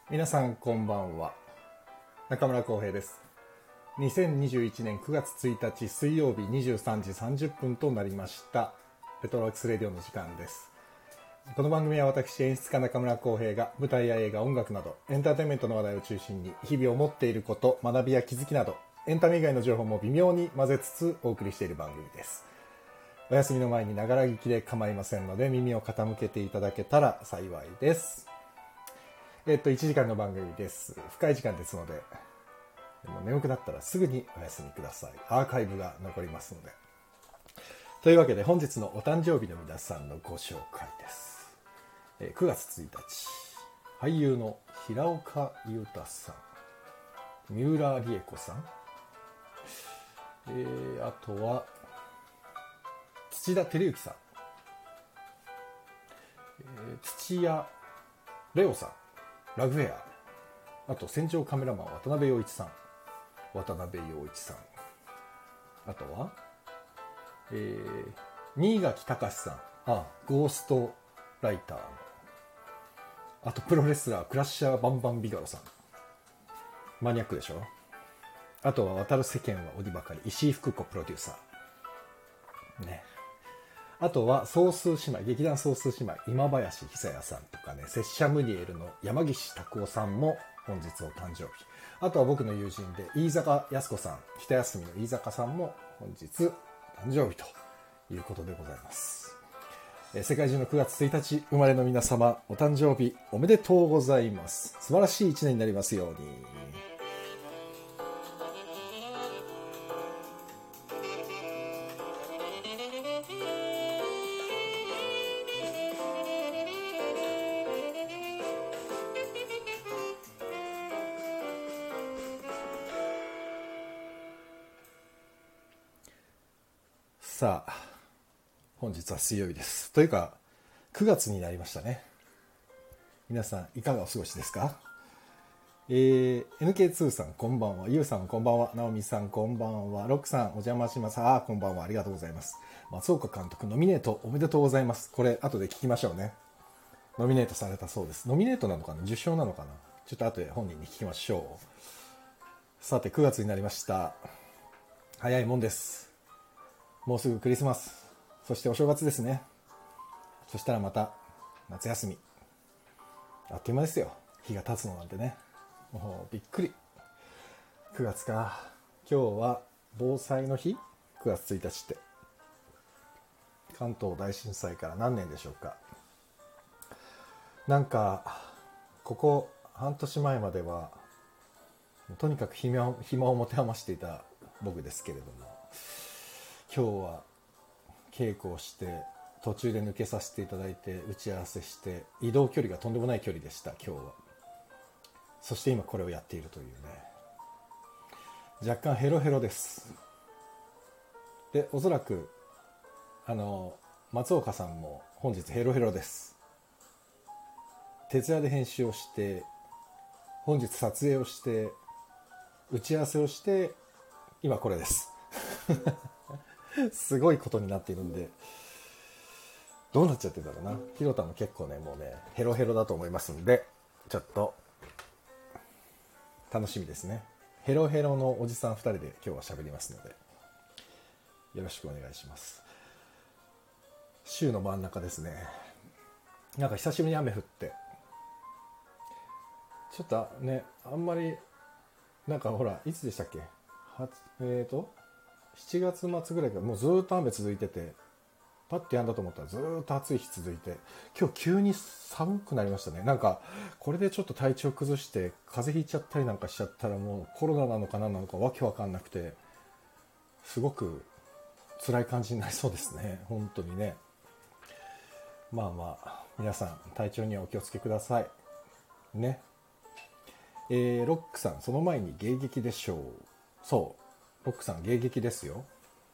皆さんこんばんは。中村浩平です。2021年9月1日水曜日23時30分となりました。ペトロワックスレディオの時間です。この番組は私演出家中村浩平が舞台や映画、音楽などエンターテインメントの話題を中心に日々思っていること、学びや気づきなどエンタメ以外の情報も微妙に混ぜつつお送りしている番組です。お休みの前にながら聞きで構いませんので耳を傾けていただけたら幸いです。1時間の番組です。深い時間ですので、もう眠くなったらすぐにお休みください。アーカイブが残りますので。というわけで本日のお誕生日の皆さんのご紹介です。9月1日、俳優の平岡裕太さん、三浦理恵子さん、あとは土田照之さん、土屋レオさん、ラグフェア、あと戦場カメラマン渡辺陽一さん、あとは、新垣隆さん、ゴーストライターの、あとプロレスラークラッシャーバンバンビガロさん、マニアックでしょ。あとは渡る世間は鬼ばかり、石井福子プロデューサーね。あとは総数姉妹、劇団総数姉妹、今林久也さんとかね、拙者ムニエルの山岸拓夫さんも本日お誕生日。あとは僕の友人で飯坂靖子さん、北休みの飯坂さんも本日誕生日ということでございます。世界中の9月1日生まれの皆様、お誕生日おめでとうございます。素晴らしい一年になりますように。さあ、本日は水曜日です。というか、9月になりましたね。皆さん、いかがお過ごしですか？NK2 さん、こんばんは。ゆうさん、こんばんは。なおみさん、こんばんは。ロックさん、お邪魔します。こんばんは。ありがとうございます。松岡監督、ノミネートおめでとうございます。これ、後で聞きましょうね。ノミネートされたそうです。ノミネートなのかな？受賞なのかな？ちょっと後で本人に聞きましょう。さて、9月になりました。早いもんです。もうすぐクリスマス。そしてお正月ですね。そしたらまた夏休み。あっという間ですよ。日が経つのなんてね。もうびっくり。9月か。今日は防災の日？ 9 月1日って。関東大震災から何年でしょうか。なんか、ここ半年前までは、とにかく暇を持て余していた僕ですけれども、今日は稽古をして途中で抜けさせていただいて打ち合わせして移動距離がとんでもない距離でした今日は。そして今これをやっているというね、若干ヘロヘロです。でおそらく松岡さんも本日ヘロヘロです。徹夜で編集をして本日撮影をして打ち合わせをして今これですすごいことになっているんで、どうなっちゃってるんだろうな。ひろたも結構ね、もうね、ヘロヘロだと思いますんで、ちょっと楽しみですね。ヘロヘロのおじさん2人で今日は喋りますので、よろしくお願いします。週の真ん中ですね。なんか久しぶりに雨降って、ちょっとね、あんまり、なんかほら、いつでしたっけ、7月末ぐらいからもうずっと雨続いてて、パッてやんだと思ったらずっと暑い日続いて、今日急に寒くなりましたね。なんかこれでちょっと体調崩して風邪ひいちゃったりなんかしちゃったら、もうコロナなのか何なのかわけわかんなくて、すごく辛い感じになりそうですね、本当にね。まあ皆さん体調にはお気をつけくださいね。ロックさん、その前に迎撃でしょう。そう、ロックさん迎撃ですよ。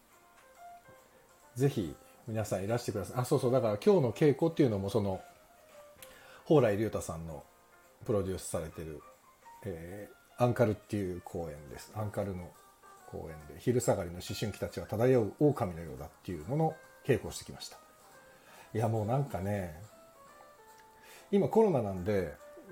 ぜひ皆さんいらしてください。そうそう、だから今日の稽古っていうのもその蓬莱竜太さんのプロデュースされてる、アンカルっていう公演です。アンカルの公演で、昼下がりの思春期たちは漂う狼のようだっていうのの稽古をしてきました。いやもうなんかね、今コロナなんで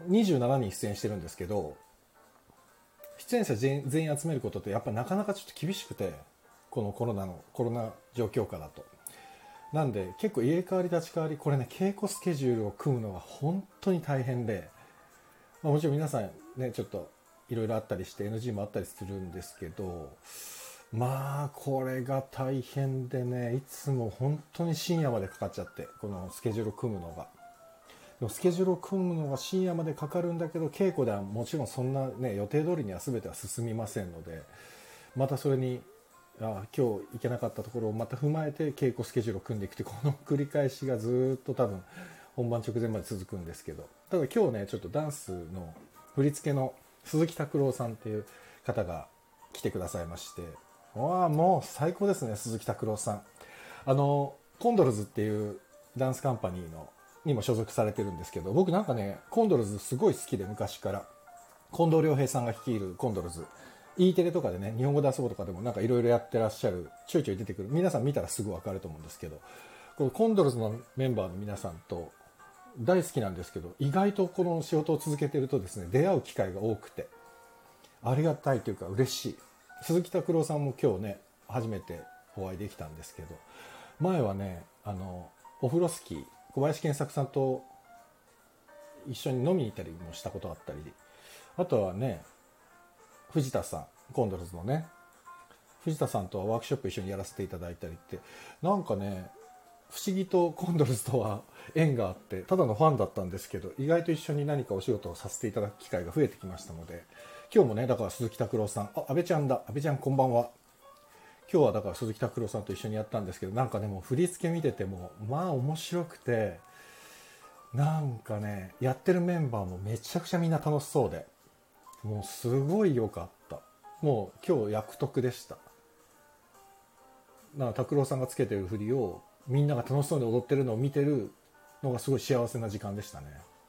27人出演してるんですけど、出演者全員集めることってやっぱなかなかちょっと厳しくて、このコロナ状況下だと。なんで結構入れ替わり立ち替わり、これね、稽古スケジュールを組むのが本当に大変で、もちろん皆さんね、ちょっといろいろあったりして NG もあったりするんですけど、まあこれが大変でね、いつも本当に深夜までかかっちゃって、このスケジュールを組むのが。でもスケジュールを組むのが深夜までかかるんだけど、稽古ではもちろんそんなね、予定通りには全ては進みませんので、またそれに今日行けなかったところをまた踏まえて稽古スケジュールを組んでいくって、この繰り返しがずっと多分本番直前まで続くんですけど、ただ今日ね、ちょっとダンスの振り付けの鈴木拓郎さんっていう方が来てくださいまして、もう最高ですね、鈴木拓郎さん。コンドルズっていうダンスカンパニーにも所属されてるんですけど、僕なんかね、コンドルズすごい好きで、昔から近藤良平さんが率いるコンドルズ、E テレとかでね、日本語で遊ぼうとかでもなんかいろいろやってらっしゃる、ちょいちょい出てくる、皆さん見たらすぐ分かると思うんですけど、このコンドルズのメンバーの皆さんと大好きなんですけど、意外とこの仕事を続けてるとですね、出会う機会が多くてありがたいというか嬉しい。鈴木拓郎さんも今日ね、初めてお会いできたんですけど、前はね、オフロスキー小林健作さんと一緒に飲みに行ったりもしたことあったり、あとはね、藤田さん、コンドルズのね、藤田さんとはワークショップ一緒にやらせていただいたりって、なんかね、不思議とコンドルズとは縁があって、ただのファンだったんですけど、意外と一緒に何かお仕事をさせていただく機会が増えてきましたので、今日もね、だから鈴木拓郎さん、安倍ちゃんだ、安倍ちゃんこんばんは。今日はだから鈴木拓郎さんと一緒にやったんですけど、なんかね、もう振り付け見ててもまあ面白くて、なんかね、やってるメンバーもめちゃくちゃみんな楽しそうで、もうすごい良かった。もう今日役得でした。なんか拓郎さんがつけてる振りをみんなが楽しそうに踊ってるのを見てるのがすごい幸せな時間でしたね。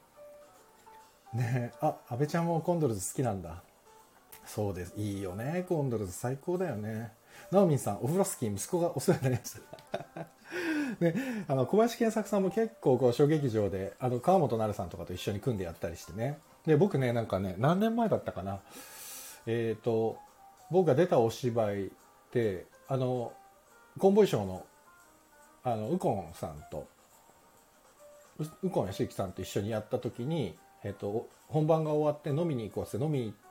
ねえ、安倍ちゃんもコンドルズ好きなんだ。そうです、いいよね、コンドルズ最高だよね。ナオミンさん、オフロスキー息子がお世話になりましたね、小林健作さんも結構こう小劇場で川本なるさんとかと一緒に組んでやったりしてね。で僕ね、なんかね、何年前だったかな、僕が出たお芝居でコンボイショーの右近さんと右近康之さんと一緒にやった時に、本番が終わって飲みに行こうって飲みに行って、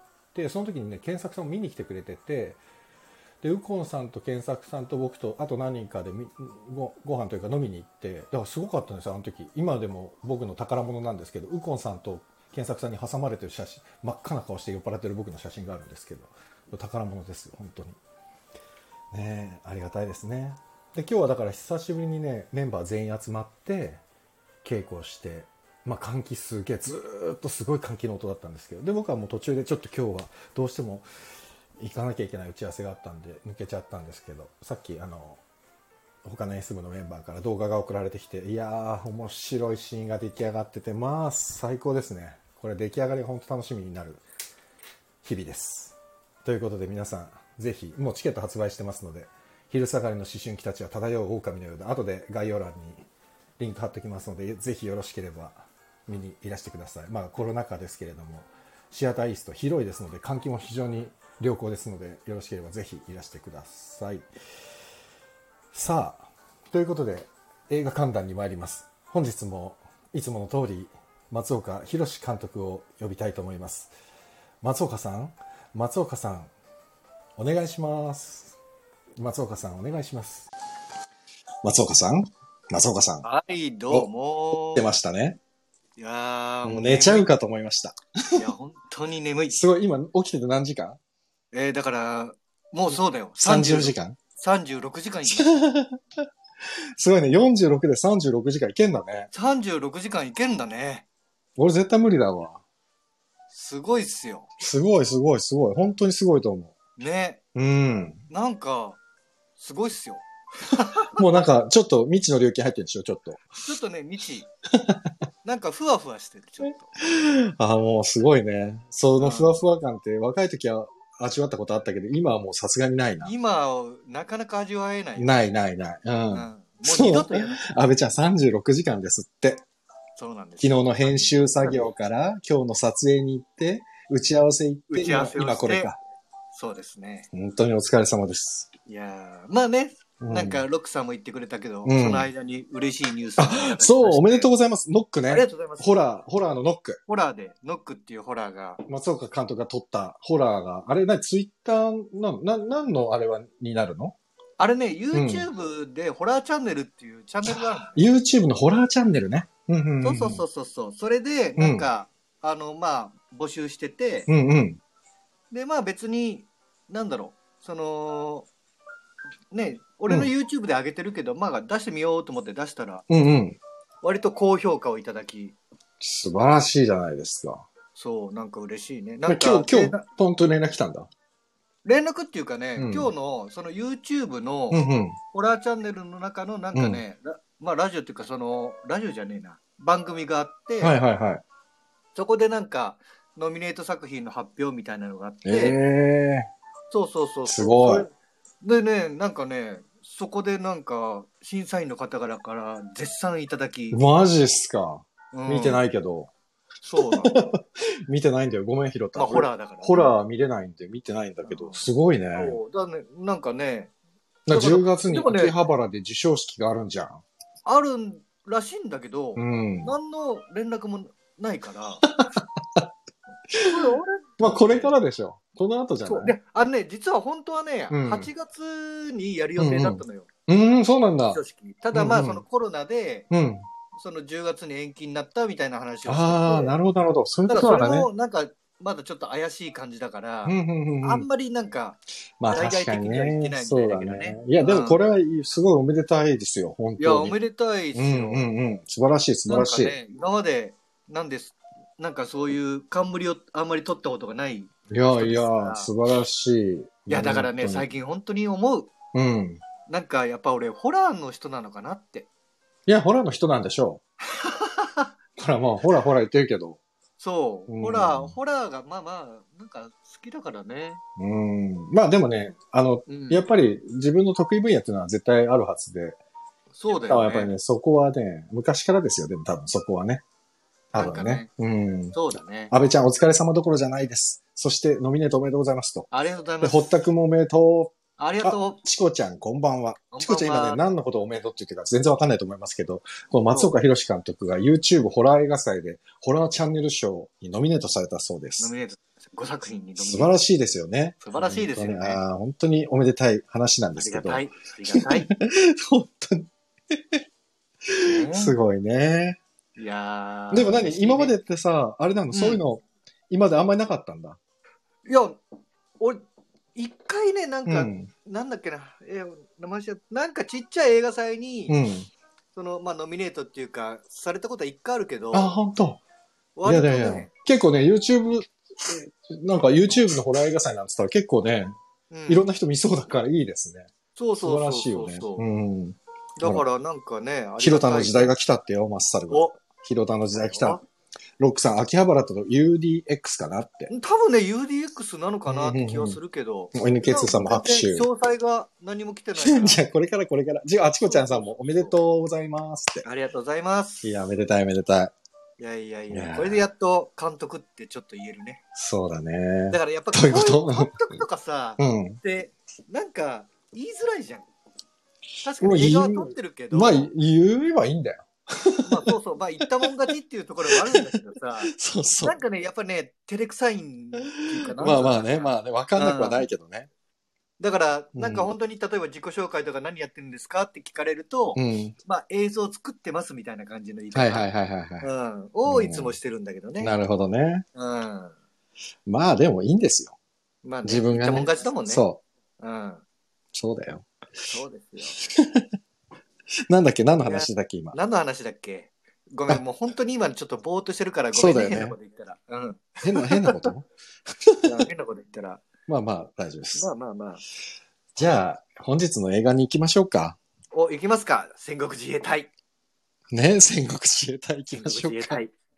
その時にね、健作さんも見に来てくれてて、で右近さんと健作さんと僕とあと何人かでご飯というか飲みに行って、だからすごかったんですよ、あの時。今でも僕の宝物なんですけど、右近さんと健作さんに挟まれてる写真、真っ赤な顔して酔っ払ってる僕の写真があるんですけど、宝物ですよ本当にね。ありがたいですね。で今日はだから久しぶりにね、メンバー全員集まって稽古をして、換気すげえずーっとすごい換気の音だったんですけど、で僕はもう途中でちょっと今日はどうしても行かなきゃいけない打ち合わせがあったんで抜けちゃったんですけど、さっき他の S 部のメンバーから動画が送られてきて、いやー面白いシーンが出来上がってて、まあ最高ですね。これ出来上がりが本当楽しみになる日々です。ということで皆さんぜひ、もうチケット発売してますので、昼下がりの思春期たちは漂う狼のようだ、後で概要欄にリンク貼っておきますので、ぜひよろしければ見にいらしてください。コロナ禍ですけれども、シアターイースト広いですので、換気も非常に良好ですので、よろしければぜひいらしてください。さあ、ということで映画観覧に参ります。本日もいつもの通り松岡弘監督を呼びたいと思います。松岡さん、お願いします。松岡さん、お願いします。松岡さん。 はい、どうも。 出ましたね。 いやー、 もう寝ちゃうかと思いました。 いや、本当に眠い。 すごい、今起きてて何時間？ だから、もうそうだよ。 30時間 ?36 時間いけすごいね、46で36時間いけんだね。 36時間いけんだね。 俺絶対無理だわ。 すごいっすよ。 すごい。本当にすごいと思う。 ね。 うん。 なんか、すごいっすよ。 もうなんか、ちょっと未知の領域入ってるでしょ、ちょっと。 ちょっとね、未知。なんかふわふわしてる、ちょっと。もうすごいね。そのふわふわ感って若い時は味わったことあったけど、今はもうさすがにないな。 今、なかなか味わえない。 ない。うん。 もう二度とやらない。 安倍ちゃん36時間ですって。 そうなんです昨日よ。 の編集作業から今日の撮影に行って、打ち合わせ行って、 打ち合わせをして今これか。 そうですね。 本当にお疲れ様です。 いやーまあね、 うんなんかロックさんも言ってくれたけど、 うんその間に嬉しいニュースをいただきましてそう、おめでとうございます。ノックね。 ありがとうございます。 ホラーのノック。 ホラーで、ノックっていうホラーが、 松岡監督が撮ったホラーが、あれツイッター何のあれは、になるの？ あれね、YouTube でホラーチャンネルっていうチャンネルがあるの、 YouTube のホラーチャンネルね。 そう。それで、なんか、まあ、募集してて、 うんうん。 で、まあ別に、なんだろう、その、ね、俺の YouTube で上げてるけど、まあ出してみようと思って出したら、 うんうん。 割と高評価をいただき、 素晴らしいじゃないですか。 そう、なんか嬉しいね。なんか、 今日、ポンと連絡来たんだ。 連絡っていうかね、 うん今日のその YouTube のうんうん。 ホラーチャンネルの中のなんかね、まあラジオっていうかその、ラジオじゃねえな、番組があって、 はいはいはい。 そこでなんか、ノミネート作品の発表みたいなのがあって、そう。 すごい。 でね、なんかね、そこでなんか、審査員の方々から絶賛いただき、 マジっすか。 うん見てないけど。 そうなの。 見てないんだよ。ごめん、ひろた。 まあホラーだから、ね。 ホラー見れないんで見てないんだけど、すごいね。 そう。だね、なんかね、 10月にでもね秋葉原で授賞式があるんじゃん。 あるらしいんだけど、 うん。 何の連絡もないから。 まあこれからでしょ。この後じゃない？ そうで、ね、実は本当はね、 うん 8月にやる予定だったのよ。 そうなんだ。 授賞式。ただまあ、 うんうんそのコロナで、 うん。 その10月に延期になったみたいな話をしてて。 ああ、なるほど、なるほど。そういうただそれことなんだね。 もなんか、まだちょっと怪しい感じだから、 うんあんまりなんか、 まあ大々 確かに的には言ってね。 ないみそうだたいだけどねね。いや、でもこれはすごいおめでたいですよ、本当に。 いや、おめでたいですよ。 素晴らしい、素晴らしい。 なんかね、今まで、なんかそういう冠をあんまり取ったことがない。 いやいや、素晴らしい。 いや、だからね、最近本当に思う。なんかやっぱ俺、ホラーの人なのかなって。 いや、ホラーの人なんでしょう。ほら、もう、ほら言ってるけど。 そう、ホラーがまあまあ、なんか好きだからね。 まあでもね、やっぱり自分の得意分野っていうのは絶対あるはずで。 そうだよね。 やっぱりね、そこはね、昔からですよ、でも多分そこはね。多分ね。 そうだね。 安倍ちゃんお疲れ様どころじゃないです。そしてノミネートおめでとうございますと。 ありがとうございます。 で、堀田くんもおめでとう。 ありがとう。 チコちゃん、こんばんは。チコちゃん今ね、何のことをおめでとうって言ってるか全然わかんないと思いますけど、この松岡弘監督が YouTube ホラー映画祭でホラーチャンネル賞にノミネートされたそうです。 ノミネート、5作品にノミネート。 素晴らしいですよね。 素晴らしいですよね。 本当におめでたい話なんですけど。 ありがたい。 本当に。すごいね。 いやでも今までってさ、あれなの、そういうの、今まであんまりなかったんだ。 いや、俺、一回ね、なんか、なんだっけな、名前しなんかちっちゃい映画祭に、その、まあ、ノミネートっていうか、されたことは一回あるけど、 本当。 割とね、 結構ね、YouTube のホラー映画祭なんて言ったら結構ね、いろんな人見そうだからいいですね。 そう。 素晴らしいよね。 だからなんかね、 広田の時代が来たってよ、マッサルが。広田の時代来た。ロックさん、秋葉原と UDX かなって。 多分ね、UDX なのかなって気はするけど。 NK2 さんも拍手。 詳細が何も来てないから。 じゃあ、これから。あちこちゃんさんもおめでとうございますって。 ありがとうございます。 いや、めでたい。 いや、これでやっと監督ってちょっと言えるね。 そうだね。 だからやっぱこういう監督とかさ、で、なんか言いづらいじゃん。確かに映画は撮ってるけど。 まあ、言えばいいんだよ。 まあそうそう、まあ言ったもん勝ちっていうところもあるんだけどさ、 そう。 なんかね、やっぱね、照れくさいっていうかな。 まあね、わかんなくはないけどね。 だから、なんか本当に例えば自己紹介とか何やってるんですかって聞かれると、まあ映像作ってますみたいな感じの言い方。をいつもしてるんだけどね。 なるほどね。まあでもいいんですよ。 まあね、 自分がね。 言ったもん勝ちだもんね。 そう。そうだよ。 そうですよ。 なんだっけ何の話だっけ今。 何の話だっけごめん、もう本当に今ちょっとぼーっとしてるからごめんね。変なこと言ったら。 変なこと変なこと言ったら。 まあ、大丈夫です。 まあ。 じゃあ、本日の映画に行きましょうか。 行きますか。戦国自衛隊。 ね、戦国自衛隊行きましょうか。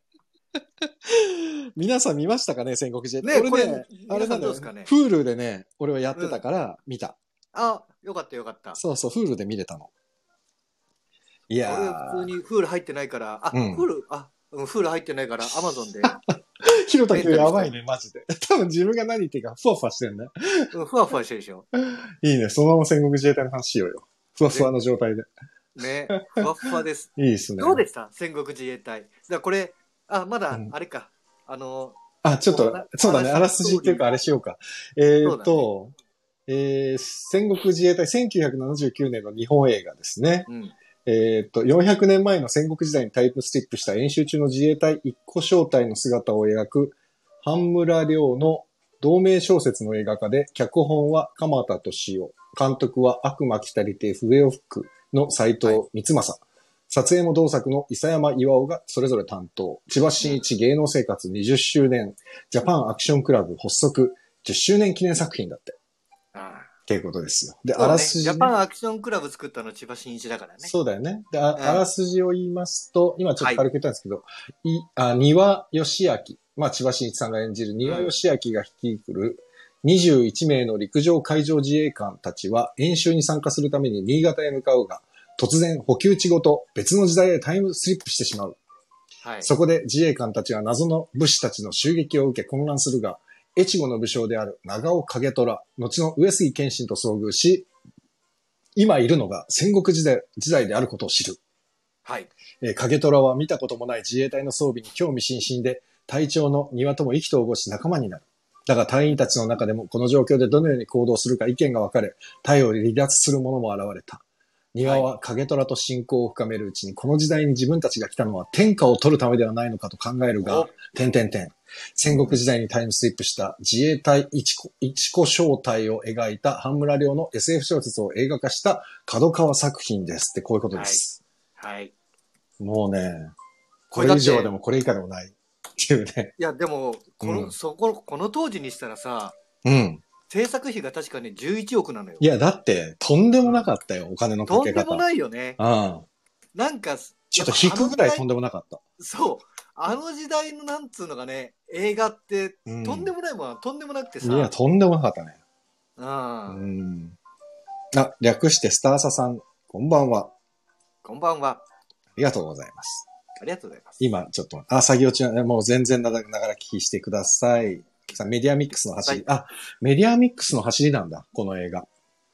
皆さん見ましたかね、戦国自衛隊。俺ね、あれなんだよ。Hulu でね、俺はやってたから見た。 あ、よかった。 そう、Hulu で見れたの。 いや俺は普通にフール入ってないから、フール入ってないから、アマゾンで。 ひろたくんやばいね、マジで。多分自分が何言ってるか、ふわふわしてるね。 ふわふわしてるでしょ。 いいね、そのまま戦国自衛隊の話しようよ。ふわふわの状態で。 ね、ふわふわです。 いいですね。 どうでした戦国自衛隊。だからこれ、まだ、あれか。 ちょっと、そうだね、あらすじっていうかあれしようか。戦国自衛隊1979年の日本映画ですね。400年前の戦国時代にタイプスリップした演習中の自衛隊一個小隊の姿を描く半村亮の同名小説の映画化で、脚本は鎌田敏夫、監督は悪魔来たりて笛を吹くの斉藤光正、撮影も同作の伊佐山岩尾がそれぞれ担当、千葉真一芸能生活20周年、ジャパンアクションクラブ発足10周年記念作品だって。っていうことですよ。で、あらすじ、 ジャパンアクションクラブ作ったの千葉真一だからね。 そうだよね。で、あらすじを言いますと、今ちょっと軽く言ったんですけど、丹羽義明、千葉真一さんが演じる丹羽義明が率いる21名の陸上海上自衛官たちは演習に参加するために新潟へ向かうが、突然補給地ごと別の時代へタイムスリップしてしまう。そこで自衛官たちは謎の武士たちの襲撃を受け混乱するが、越後の武将である長尾景虎、後の上杉謙信と遭遇し、今いるのが戦国時代であることを知る。景虎は見たこともない自衛隊の装備に興味津々で、隊長の丹羽とも意気投合し仲間になる。だが隊員たちの中でもこの状況でどのように行動するか意見が分かれ、隊を離脱する者も現れた。丹羽は景虎と親交を深めるうちに、この時代に自分たちが来たのは天下を取るためではないのかと考えるが、戦国時代にタイムスリップした自衛隊一個小隊を描いた半村亮の SF 小説を映画化した角川作品ですって、こういうことです。もうね、これ以上でもこれ以下でもないっていうね。 いや、でも、この当時にしたらさ、制作費が確かね、11億なのよ。 いや、だって、とんでもなかったよ、お金のかけ方。 とんでもないよね。なんか、 ちょっと引くぐらいとんでもなかった。 そう。あの時代のなんつうのがね、映画って、とんでもないものはとんでもなくてさ。 いや、とんでもなかったね。略してスターサさん、こんばんは。 こんばんは。 ありがとうございます。 ありがとうございます。 今、ちょっと、作業中、もう全然ながら聞きしてください。さあ、メディアミックスの走り。メディアミックスの走りなんだ、この映画。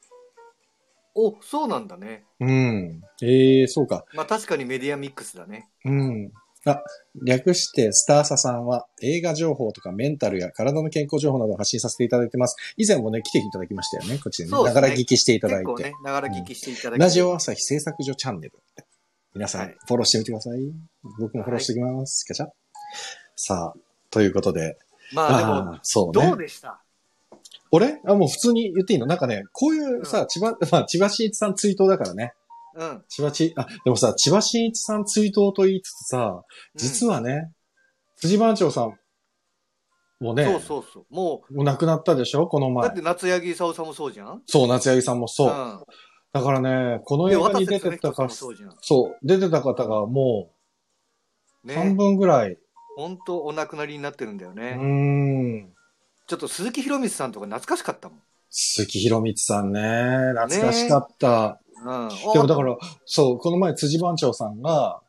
そうなんだね。 そうか。 確かにメディアミックスだね。 略してスターサさんは映画情報とかメンタルや体の健康情報などを発信させていただいてます。以前もね、来ていただきましたよね、こっちでね。ながら聞きしていただいて。結構ね、 ながら聞きしていただいて。 ラジオ朝日制作所チャンネル。皆さん、フォローしてみてください。僕もフォローしておきます。ガチャ。さあ、ということで。 でも、そうね。どうでした？ 俺もう普通に言っていいの？なんかね、こういうさ、千葉真一さん追悼だからね。でもさ、千葉真一さん追悼と言いつつさ、実はね、辻番長さんもね、もう亡くなったでしょこの前。 だって夏柳功さんもそうじゃん？ そう、夏柳さんもそう。だからね、この映画に出てた方、出てた方がもう、半分ぐらい。 本当お亡くなりになってるんだよね。ちょっと鈴木宏光さんとか懐かしかったもん。 鈴木宏光さんね、懐かしかった。でもだから、そう、この前辻番長さんが、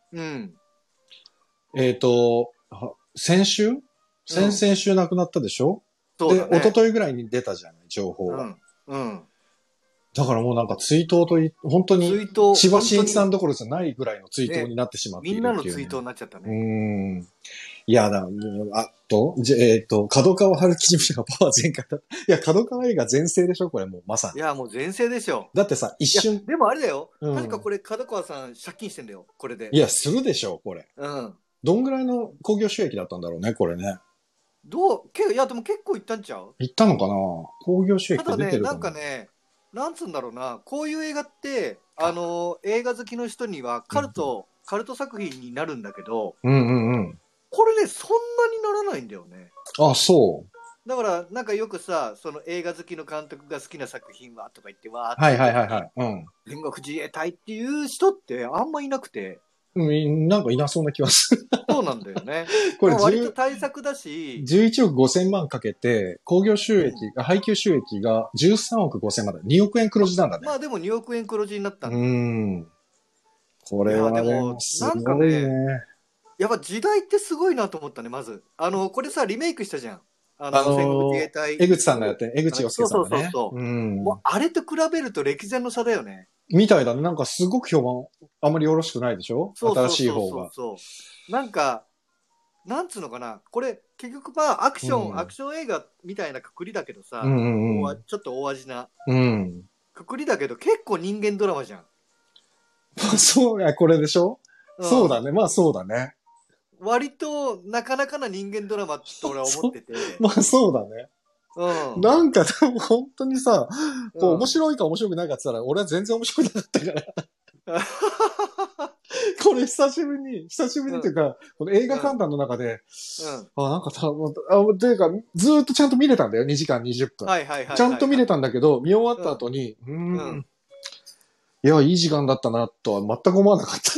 先週亡くなったでしょ？で、一昨日ぐらいに出たじゃない、情報が。だからもうなんか追悼と本当に千葉真一さんどころじゃないぐらいの追悼になってしまっているっていう、ね。 みんなの追悼になっちゃったね。 いや角川春樹事務所がパワー全開だ。いや、角川映画全盛でしょこれもうまさに。 いや、もう全盛でしょ。 だってさ、一瞬。 でもあれだよ。確かこれ角川さん借金してんだよ、これで。 いや、するでしょ、これ。どんぐらいの興行収益だったんだろうね、これね。 いや、でも結構いったんちゃう？ いったのかな？興行収益って出てるかな？ なんかね、なんつうんだろうな、こういう映画って、映画好きの人にはカルト作品になるんだけど、これね、そんなにならないんだよね。 そう。 だから、なんかよくさ、その映画好きの監督が好きな作品はとか言ってわーって。 戦国自衛隊っていう人ってあんまいなくて。 なんかいなそうな気はする。 そうなんだよね。これ割と大作だし。 11億5000万かけて、興行収益、配給収益が13億5000万だ。2億円黒字なんだね。 でも2億円黒字になったんだ。 これはね、すごいね。 やっぱ時代ってすごいなと思ったね、まず。これさ、リメイクしたじゃん。戦国自衛隊。 江口さんがやって、江口洋介さんがね。 そう。もうあれと比べると歴然の差だよね。 みたいだね。なんかすごく評判、あんまりよろしくないでしょ？新しい方が。 なんか、なんつうのかな。これ、結局まあ、アクション映画みたいなくくりだけどさ、ちょっと大味な。くくりだけど、結構人間ドラマじゃん。 そうや、これでしょ？そうだね。まあそうだね。 割となかなかな人間ドラマって俺は思ってて。 まあそうだね。なんかでも本当にさ、面白いか面白くないかって言ったら、俺は全然面白くなかったから。これ久しぶりにというか、この映画観覧の中で、なんかというか、ずーっとちゃんと見れたんだよ、2時間20分。ちゃんと見れたんだけど、見終わった後に、いや、いい時間だったな、とは全く思わなかった。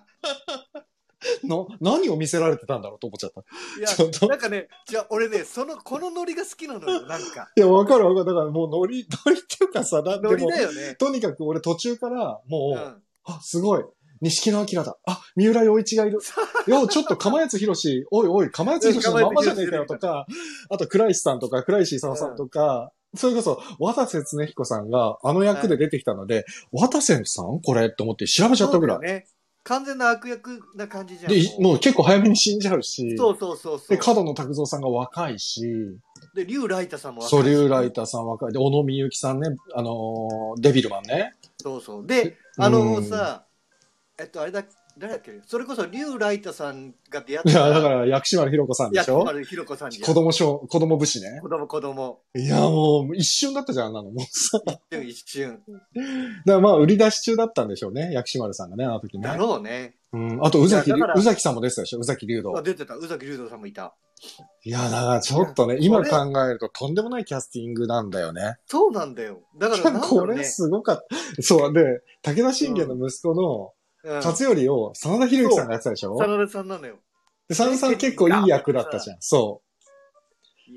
何を見せられてたんだろうと思っちゃった。 いや、なんかね、じゃあ俺ね、このノリが好きなのよ、なんか。 いや、わかる。だからもうノリっていうかさ、 ノリだよね。 とにかく俺途中からもう、すごい。錦野旦だ。三浦洋一がいる。よ、ちょっと釜谷博士、おい、釜谷博士のまんまじゃねえかよとか、あと倉石さんとか、倉石勲さんとか、それこそ、渡瀬恒彦さんがあの役で出てきたので、渡瀬さんこれって思って調べちゃったぐらい。 完全な悪役な感じじゃん。 で、もう結構早めに死んじゃうし。 そう。 で、角野拓三さんが若いし。 で、竜ライタさんも若いし。 そう、竜ライタさん若い。で、小野美幸さんね、デビルマンね。 そう。で、さ、あれだ、誰だっけ？それこそ竜ライタさんが出会った。いや、だから薬師丸ひろ子さんでしょ？ 薬師丸ひろ子さんじゃん。 子供武士ね。 子供。 いや、もう一瞬だったじゃん、あんなの。もうさ。 一瞬。 だからまあ、売り出し中だったんでしょうね、薬師丸さんがね、あの時ね。 だろうね。 あと、宇崎さんも出てたでしょ、宇崎竜道。 出てた、宇崎竜道さんもいた。 いや、だからちょっとね、今考えるととんでもないキャスティングなんだよね。 そうなんだよ。だからなんだろうね、 これすごかった。そうで、武田信玄の息子の勝頼を真田広之さんがやってたでしょ？ 真田さんなのよ。 で、真田さん結構いい役だったじゃん。そう。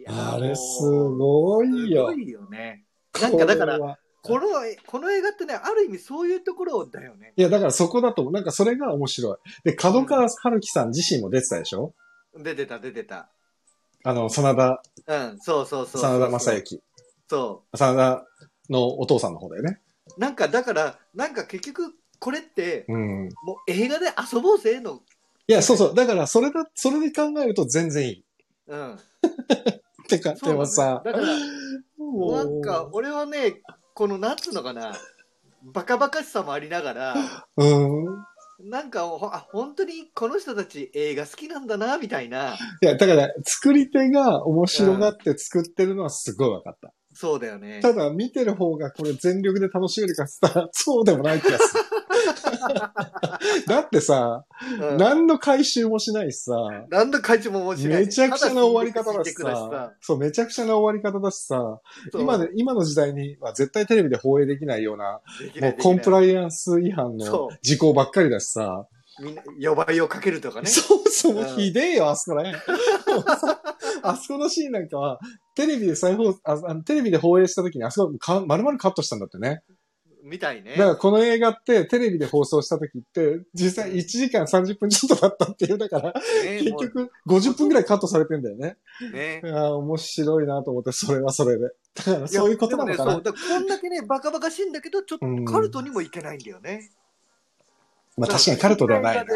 あれすごいよ。 すごいよね。なんかだから、この映画ってね、ある意味そういうところだよね。 いや、だからそこだと、なんかそれが面白い。で、角川春樹さん自身も出てたでしょ？ 出てた。 真田。 そう。 真田正幸。 そう。 真田のお父さんの方だよね。 なんか、だから、なんか結局、これって、もう映画で遊ぼうぜの。 いや、そう。だから、それで考えると全然いい。ってか、でもさ。 だから、なんか、俺はね、この、なんつうのかな、バカバカしさもありながら、なんか、本当にこの人たち映画好きなんだな、みたいな。 いや、だから、作り手が面白がって作ってるのはすごい分かった。 そうだよね。 ただ、見てる方がこれ全力で楽しめるかって言ったら、そうでもない気がする。だってさ、何の回収もしないしさ、 何の回収もしない。 めちゃくちゃな終わり方だしさ、そう、めちゃくちゃな終わり方だしさ、今の時代には絶対テレビで放映できないような、もうコンプライアンス違反の事項ばっかりだしさ、 みんな、呼ばいをかけるとかね。 そう、ひでえよ、あそこらへん。あそこのシーンなんかは、テレビで放映した時にあそこ丸々カットしたんだってね。 みたいね。 だからこの映画ってテレビで放送した時って、実際1時間30分ちょっとだったっていう、だから、結局50分くらいカットされてんだよね。いや面白いなと思って、それはそれで。だからそういうことなのかな。 そう。だからこんだけね、バカバカしいんだけど、ちょっとカルトにもいけないんだよね。 まあ確かにカルトではないな。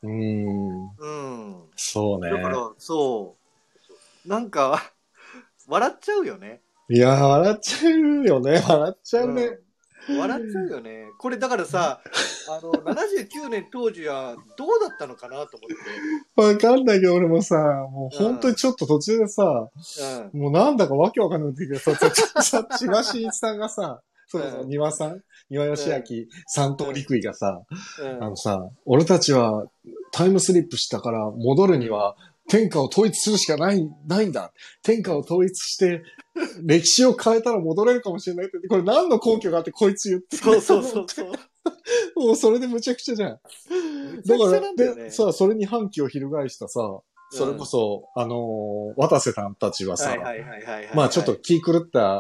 そうね。 だから、そう。なんか、笑っちゃうよね。 いや笑っちゃうよね。笑っちゃうね。 笑っちゃうよね。これだからさ、79年当時はどうだったのかなと思って。わかんないけど、俺もさ、もう本当にちょっと途中でさ、もうなんだかわけわかんないんだけどさ、千葉真一さんがさ、庭義明、三刀陸尉がさ、俺たちはタイムスリップしたから戻るには天下を統一するしかないんだ。天下を統一して歴史を変えたら戻れるかもしれないって、これ何の根拠があってこいつ言ってるそう。 もうそれでむちゃくちゃじゃん。だから、で、さ、それに反旗を翻したさ、それこそ、渡瀬さんたちはさ、まあちょっと気狂った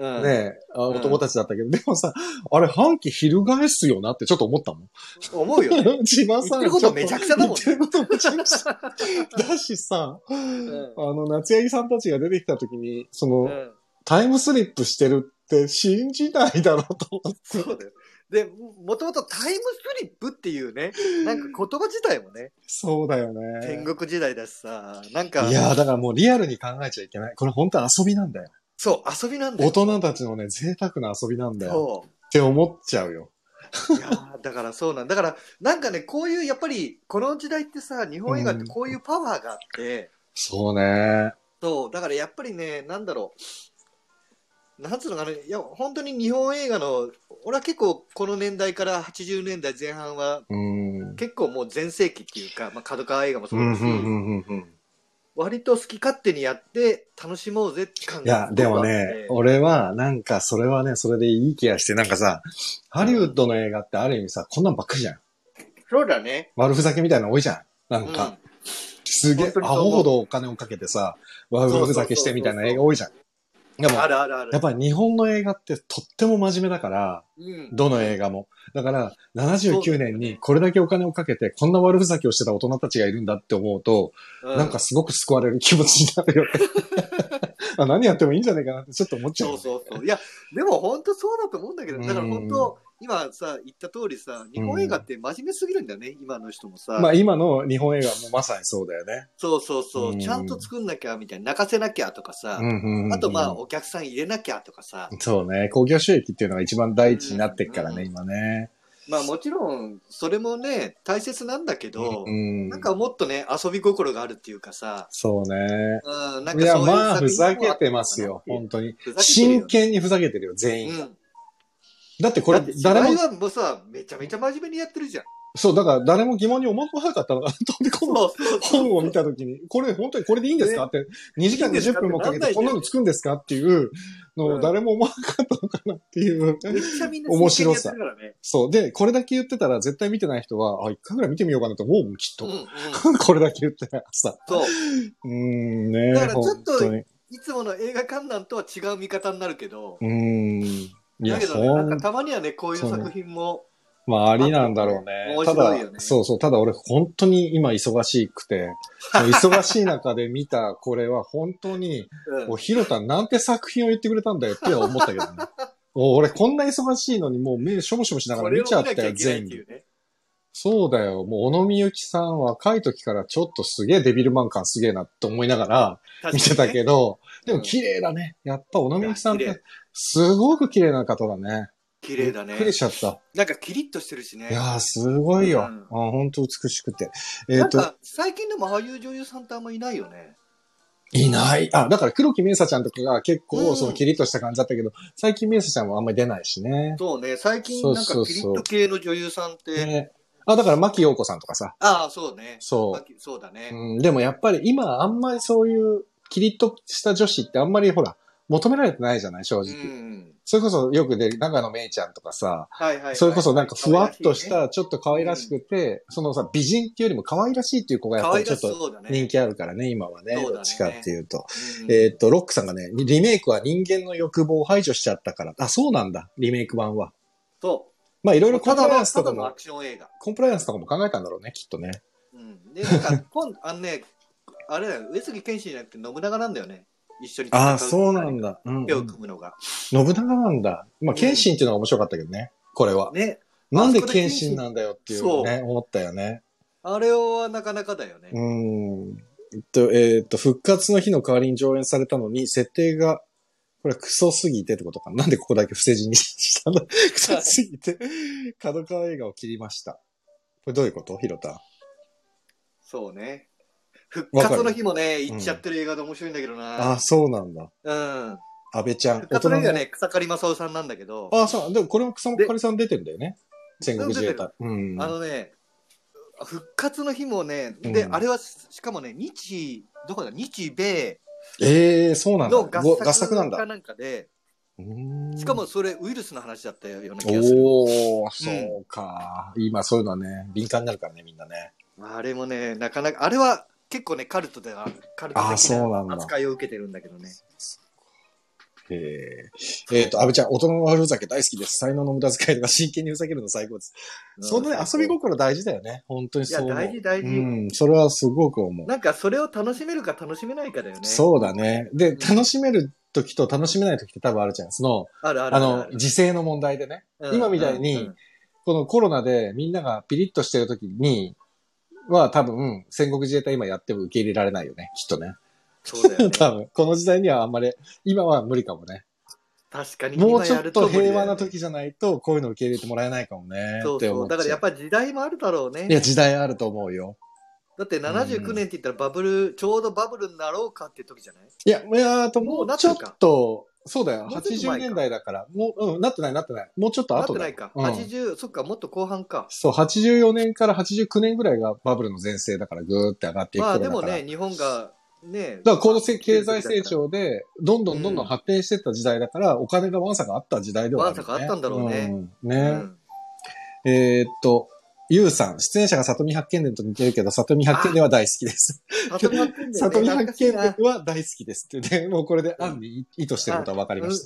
ね、お友達だったけど、でもさ、あれ半期翻すよなってちょっと思ったもん。 思うよね。 千葉さん。 言ってることめちゃくちゃだもんね。 言ってることめちゃくちゃ。だしさ、夏柳さんたちが出てきた時に、タイムスリップしてるって信じないだろうと思って。 そうだよ。で、もともとタイムスリップっていうね、なんか言葉自体もね。 そうだよね。 戦国時代だしさ、なんか。 いやだからもうリアルに考えちゃいけない。これ本当遊びなんだよ。 そう、遊びなんだよ。 大人たちのね、贅沢な遊びなんだよ。そう。って思っちゃうよ。 いやだからそうなんだから、なんかね、こういう、やっぱり、この時代ってさ、日本映画ってこういうパワーがあって、 そうね。 そう、だからやっぱりね、なんだろう。なんつうのかね、いや、本当に日本映画の、俺は結構この年代から80年代前半は、結構もう全盛期っていうか、まあ、角川映画もそうだし、割と好き勝手にやって楽しもうぜって感じ。 いや、でもね、俺はなんかそれはね、それでいい気がして、なんかさ、ハリウッドの映画ってある意味さ、こんなんばっかりじゃん。 そうだね。 悪ふざけみたいなの多いじゃん。なんか、すげえ、アホほどお金をかけてさ、悪ふざけしてみたいな映画多いじゃん。でも、やっぱり日本の映画ってとっても真面目だから、どの映画も。だから、79年にこれだけお金をかけて、こんな悪ふざけをしてた大人たちがいるんだって思うと、なんかすごく救われる気持ちになるよね。何やってもいいんじゃないかなってちょっと思っちゃう。 そう。いや、でも本当そうだと思うんだけど、だから本当、今さ、言った通りさ、日本映画って真面目すぎるんだよね、今の人もさ。 まあ今の日本映画もまさにそうだよね。 そう。ちゃんと作んなきゃ、みたいな。泣かせなきゃとかさ。あとまあ、お客さん入れなきゃとかさ。 そうね。興行収益っていうのが一番第一になってっからね、今ね。 まあもちろん、それもね、大切なんだけど、なんかもっとね、遊び心があるっていうかさ。 そうね。 なんかいや、まあ、ふざけてますよ、本当に。真剣にふざけてるよ、全員。だってこれ、 誰も。はもうさ、めちゃめちゃ真面目にやってるじゃん。 そう、だから誰も疑問に思わなかったのが、で、この本を見たときに、これ本当にこれでいいんですかって、2時間20分もかけてこんなのつくんですかっていうのを誰も思わなかったのかなっていう、面白さ。そう。で、これだけ言ってたら絶対見てない人は、一回ぐらい見てみようかなと思うもん、きっと。これだけ言ってたらさ。 そう。 ね。 だからちょっと、いつもの映画観覧とは違う見方になるけど。だけどね、なんかたまにはね、こういう作品も。 まあ、ありなんだろうね。ただ、ただ俺本当に今忙しくて、忙しい中で見たこれは本当に、ひろたなんて作品を言ってくれたんだよって思ったけどね。俺こんな忙しいのにもう目しょぼしょぼしながら見ちゃったよ、全部。そうだよ。もう、小野みゆきさん若い時からちょっとすげえデビルマン感すげえなって思いながら見てたけど、でも綺麗だね。やっぱ小野みゆきさんってすごく綺麗な方だね。 綺麗だね。 びっくりしちゃった。 なんかキリッとしてるしね。 いやー、すごいよ。ほんと美しくて。 なんか、最近でもああいう女優さんってあんまいないよね。 いない。だから黒木メイサちゃんとかが結構そのキリッとした感じだったけど、最近メイサちゃんはあんまり出ないしね。 そうね。最近なんかキリッと系の女優さんって。 だから牧陽子さんとかさ。 そうね。 そう。 そうだね。 でもやっぱり今あんまりそういうキリッとした女子ってあんまりほら、求められてないじゃない、正直。それこそよく長野めいちゃんとかさ、それこそなんかふわっとしたちょっと可愛らしくて、そのさ、美人っていうよりも可愛らしいっていう子がやっぱりちょっと人気あるからね、今はね。どっちかっていうと。ロックさんがね、リメイクは人間の欲望を排除しちゃったから。そうなんだ、リメイク版は。 そう。 まあいろいろコンプライアンスとかも、 コンプライアンスとかも考えたんだろうね、きっとね。 で、なんか、あれだよ、上杉謙信じゃなくて信長なんだよね。一緒に戦う。そうなんだ。 手を組むのが。 信長なんだ。まあ、謙信っていうのが面白かったけどね、これは。ね。なんで謙信なんだよっていうね、思ったよね。 あれはなかなかだよね。 復活の日の代わりに上演されたのに、設定が、これクソすぎてってことか。なんでここだけ伏せ字にしたのクソすぎて、角川映画を切りました。これどういうことひろた。 そうね。復活の日もね、行っちゃってる映画で面白いんだけどな。 そうなんだ。 安倍ちゃん。 復活の日はね、草刈正雄さんなんだけど。 そう。でもこれも草刈さん出てるんだよね。戦国自衛隊。 復活の日もね、で、あれは、しかもね、日米。 そうなんだ。合作なんだ。 かなんかで、しかもそれウイルスの話だったような気がする。 そうか。今そういうのはね、敏感になるからね、みんなね。 あれもね、なかなか、あれは結構ね、カルト的な扱いを受けてるんだけどね。 安倍ちゃん、大人の悪ふざけ大好きです。才能の無駄遣いとか真剣にふざけるの最高です。そんなね、遊び心大事だよね。本当にそう思う。いや、 大事大事。 うん、それはすごく思う。 なんかそれを楽しめるか楽しめないかだよね。 そうだね。で、楽しめる時と楽しめない時って多分あるじゃん。その、時勢の問題でね。今みたいに、このコロナでみんながピリッとしてる時に、は多分、戦国自衛隊今やっても受け入れられないよね。きっとね。 そうだよね。 多分、この時代にはあんまり、今は無理かもね。 確かに。 もうちょっと平和な時じゃないと、こういうの受け入れてもらえないかもね。 そうそう。だからやっぱり時代もあるだろうね。 いや、時代あると思うよ。 だって79年って言ったらバブル、ちょうどバブルになろうかって時じゃない？ いや、もうちょっと、そうだよ。80年代だから。もう、なってない。もうちょっと後だ。 なってないか。80、そっか、もっと後半か。 そう、84年から89年ぐらいがバブルの全盛だからぐーって上がっていく頃だから。 まあでもね、日本が、ね。 だから高度経済成長で、どんどん発展していった時代だから、お金がわんさかあった時代ではある、ね。 わんさかあったんだろうね。 ね。ゆうさん、出演者が里見八犬伝と似てるけど、里見八犬伝は大好きです。里見八犬伝は大好きですって言って、もうこれで案に意図してることは分かりました。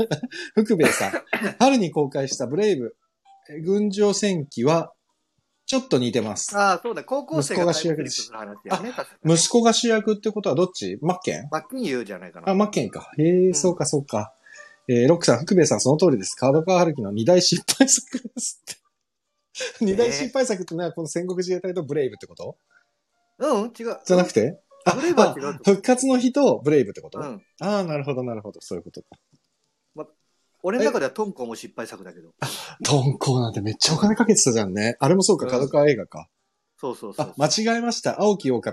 福兵衛さん、春に公開したブレイブ、群青戦記は、ちょっと似てます。 ああ、そうだ、高校生が主役です。息子が主役ってことはどっち？マッケン？ マッケン言うじゃないかな。 あ、マッケンか。そうか。ロックさん、福兵衛さん、その通りです。角川春樹の二大失敗作ですって。二大失敗作ってのは、この戦国自衛隊とブレイブってこと？ 違う。 じゃなくて？ ブレイブは違う。 復活の日とブレイブってこと？ああ、なるほど。そういうことか。 俺の中ではトンコも失敗作だけど。 トンコなんてめっちゃお金かけてたじゃんね。あれもそうか、角川映画か。 そう。 間違えました。青木狼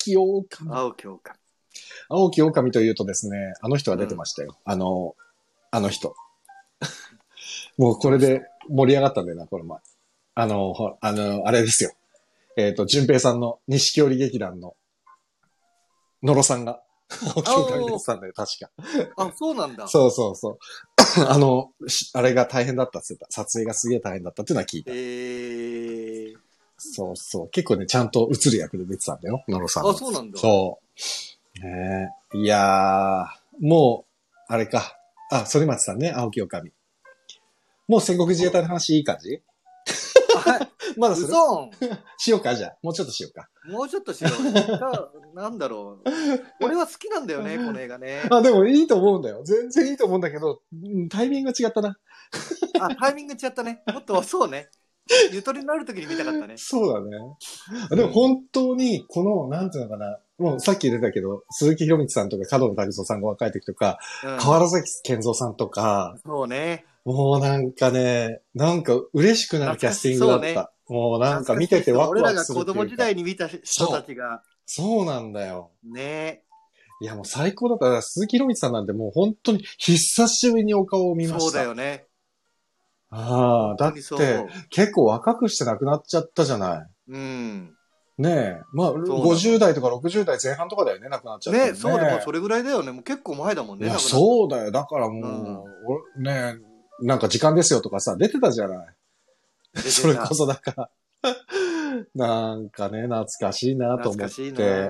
というとですね、あの人が出てましたよ。あの人。もうこれで盛り上がったんだよな、この前。あれですよ。淳平さんの錦織劇団の野呂さんが、青木狼出てたんだよ、確か。 あ、そうなんだ。 そう。あれが大変だったって言ってた。撮影がすげえ大変だったっていうのは聞いた。そう。結構ね、ちゃんと映る役で出てたんだよ、野呂さん。 あ、そうなんだ。 そう。いやー、もう、あれか。あ、反町さんね、青木狼。もう戦国自衛隊の話いい感じ？まだする？しようか、じゃあ。もうちょっとしようか。 もうちょっとしよう。なんだろう。俺は好きなんだよね、この映画ね。 あ、でもいいと思うんだよ。全然いいと思うんだけど、タイミングが違ったな。 タイミング違ったね。もっと、そうね。ゆとりになるときに見たかったね。 そうだね。でも本当に、この、なんていうのかな。もうさっき出たけど、鈴木宏光さんとか、角野武蔵さんが若い時とか、河原崎健三さんとか、 そうね。 もうなんかね、なんか嬉しくなるキャスティングだった。もうなんか見ててワクワクするっていうか。 俺らが子供時代に見た人たちが。 そうなんだよ。 ね。 いやもう最高だった。鈴木宏光さんなんてもう本当に久しぶりにお顔を見ました。 そうだよね。 ああ、だって結構若くして亡くなっちゃったじゃない。ねえ。まあ、50代とか60代前半とかだよね、亡くなっちゃったね。 そうでもそれぐらいだよね。もう結構前だもんね。いや、 そうだよ。だからもう、ねえ、なんか時間ですよとかさ、出てたじゃない。それこそだから。なんかね、懐かしいなと思って。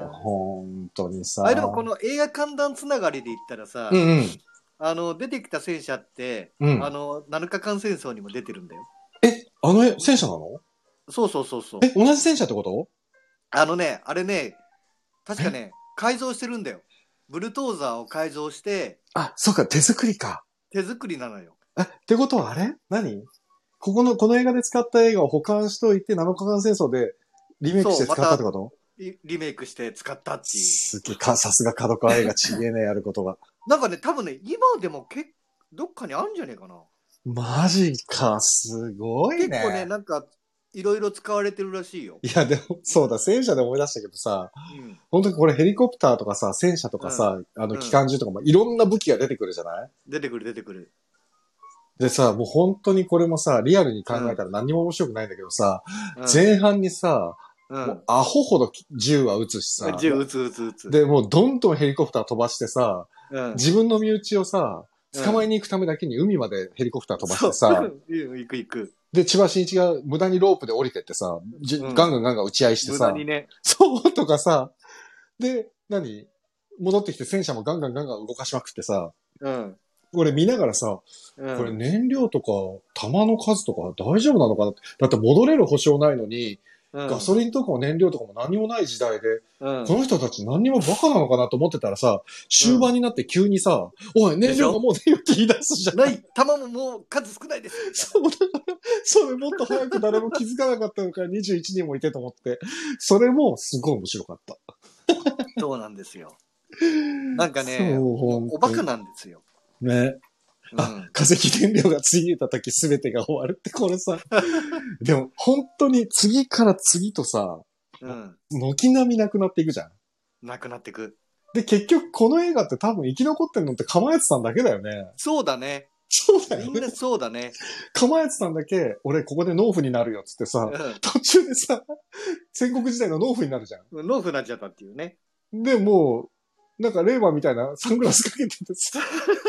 本当にさ。 でもこの映画観覧つながりで言ったらさ、出てきた戦車って、7日間戦争にも出てるんだよ。 戦車なの？ そう。 同じ戦車ってこと？ あれね、確かね、改造してるんだよ。ブルトーザーを改造して。 あ、そうか、手作りか。 手作りなのよ。 ってことはあれ？何？この映画で使った映画を保管しといて、7日間戦争でリメイクして使ったってこと？ リメイクして使ったっていう。 すげえ、さすが角川映画ちげえね、やることが。 なんかね、多分ね、今でもどっかにあるんじゃねえかな。 マジか、すごいね。 結構ね、なんか、いろいろ使われてるらしいよ。 いや、でも、そうだ、戦車で思い出したけどさ、本当にこれヘリコプターとかさ、戦車とかさ、機関銃とかもいろんな武器が出てくるじゃない？ 出てくる。 でさ、もう本当にこれもさ、リアルに考えたら何も面白くないんだけどさ、前半にさ、もうアホほど銃は撃つしさ、 銃撃つ。 で、もうどんどんヘリコプター飛ばしてさ、自分の身内をさ、捕まえに行くためだけに海までヘリコプター飛ばしてさ、 行く。 で、千葉真一が無駄にロープで降りてってさ、ガンガン打ち合いしてさ、 無駄にね。 そうとかさ、で、戻ってきて戦車もガンガン動かしまくってさ、 うん。 俺見ながらさ、これ燃料とか弾の数とか大丈夫なのかなって。だって戻れる保証ないのに、ガソリンとかも燃料とかも何もない時代で、この人たち何にもバカなのかなと思ってたらさ、終盤になって急にさ、おい、燃料がもうねえよって言い出すじゃん。 ない、弾ももう数少ないです。 そうだから、それもっと早く誰も気づかなかったのか21人もいてと思って、それもすごい面白かった。 そうなんですよ。なんかね、おバカなんですよ。 ね。化石燃料がついた時全てが終わるってこれさ。でも本当に次から次とさ、軒並みなくなっていくじゃん。 なくなっていく。 で、結局この映画って多分生き残ってんのって釜谷さんだけだよね。 そうだね。 そうだよね。 みんなそうだね。 釜谷さんだけ、俺ここで農夫になるよっつってさ、途中でさ、戦国時代の農夫になるじゃん。 農夫になっちゃったっていうね。 で、もう、なんかレーバーみたいなサングラスかけててさ、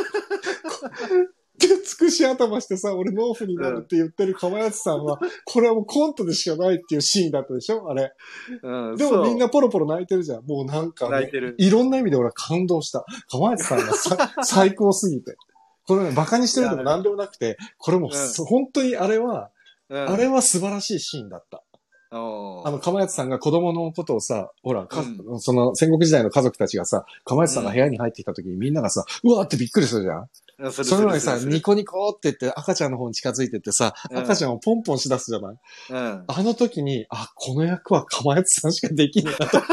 で、つくし頭してさ、俺農夫になるって言ってる釜谷さんは、これはもうコントでしかないっていうシーンだったでしょあれ。でもみんなポロポロ泣いてるじゃん。もうなんか、ね、いろんな意味で俺は感動した。釜谷さんが最高すぎて。これね、馬鹿にしてるでも何でもなくて、これも、本当にあれは素晴らしいシーンだった。釜谷さんが子供のことをさ、ほら、その戦国時代の家族たちがさ、釜谷さんが部屋に入ってきた時にみんながさ、うわーってびっくりするじゃん。それなのにさ、ニコニコって言って赤ちゃんの方に近づいてってさ、赤ちゃんをポンポンしだすじゃない、あの時に、この役は釜谷さんしかできねえなと。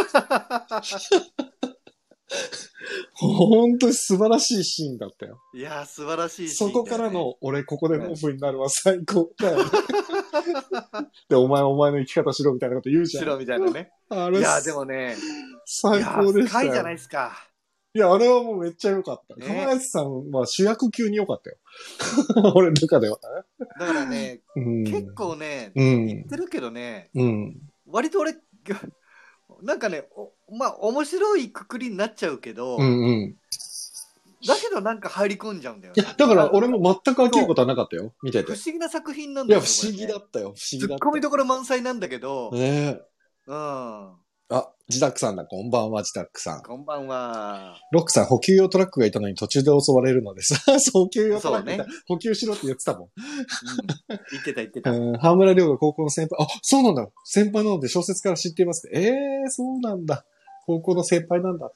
本当に素晴らしいシーンだったよ。 いやー、素晴らしいシーン、 そこからの、俺ここで農夫になるは最高だよね。で、お前の生き方しろみたいなこと言うじゃん。 しろみたいなね。あれいや、でもね、 最高でしたよ。 深いじゃないですか。 いや、あれはもうめっちゃ良かった。釜谷さんは主役級に良かったよ。俺の中では。 だからね、結構ね、言ってるけどね、割と俺、なんかね、まあ、面白いくくりになっちゃうけど、だけどなんか入り込んじゃうんだよね。 いや、だから俺も全く飽きることはなかったよ。見てて。 不思議な作品なんだよ。 いや、不思議だったよ。不思議だった。 ツッコミどころ満載なんだけど。 ねジダックさんだ。こんばんは、ジダックさん。 こんばんは。 ロックさん、補給用トラックがいたのに途中で襲われるのでさ、補給用トラックね、補給しろって言ってたもん。 言ってた。 浜村亮が高校の先輩、そうなんだ。先輩なので小説から知っていますって。そうなんだ。高校の先輩なんだって。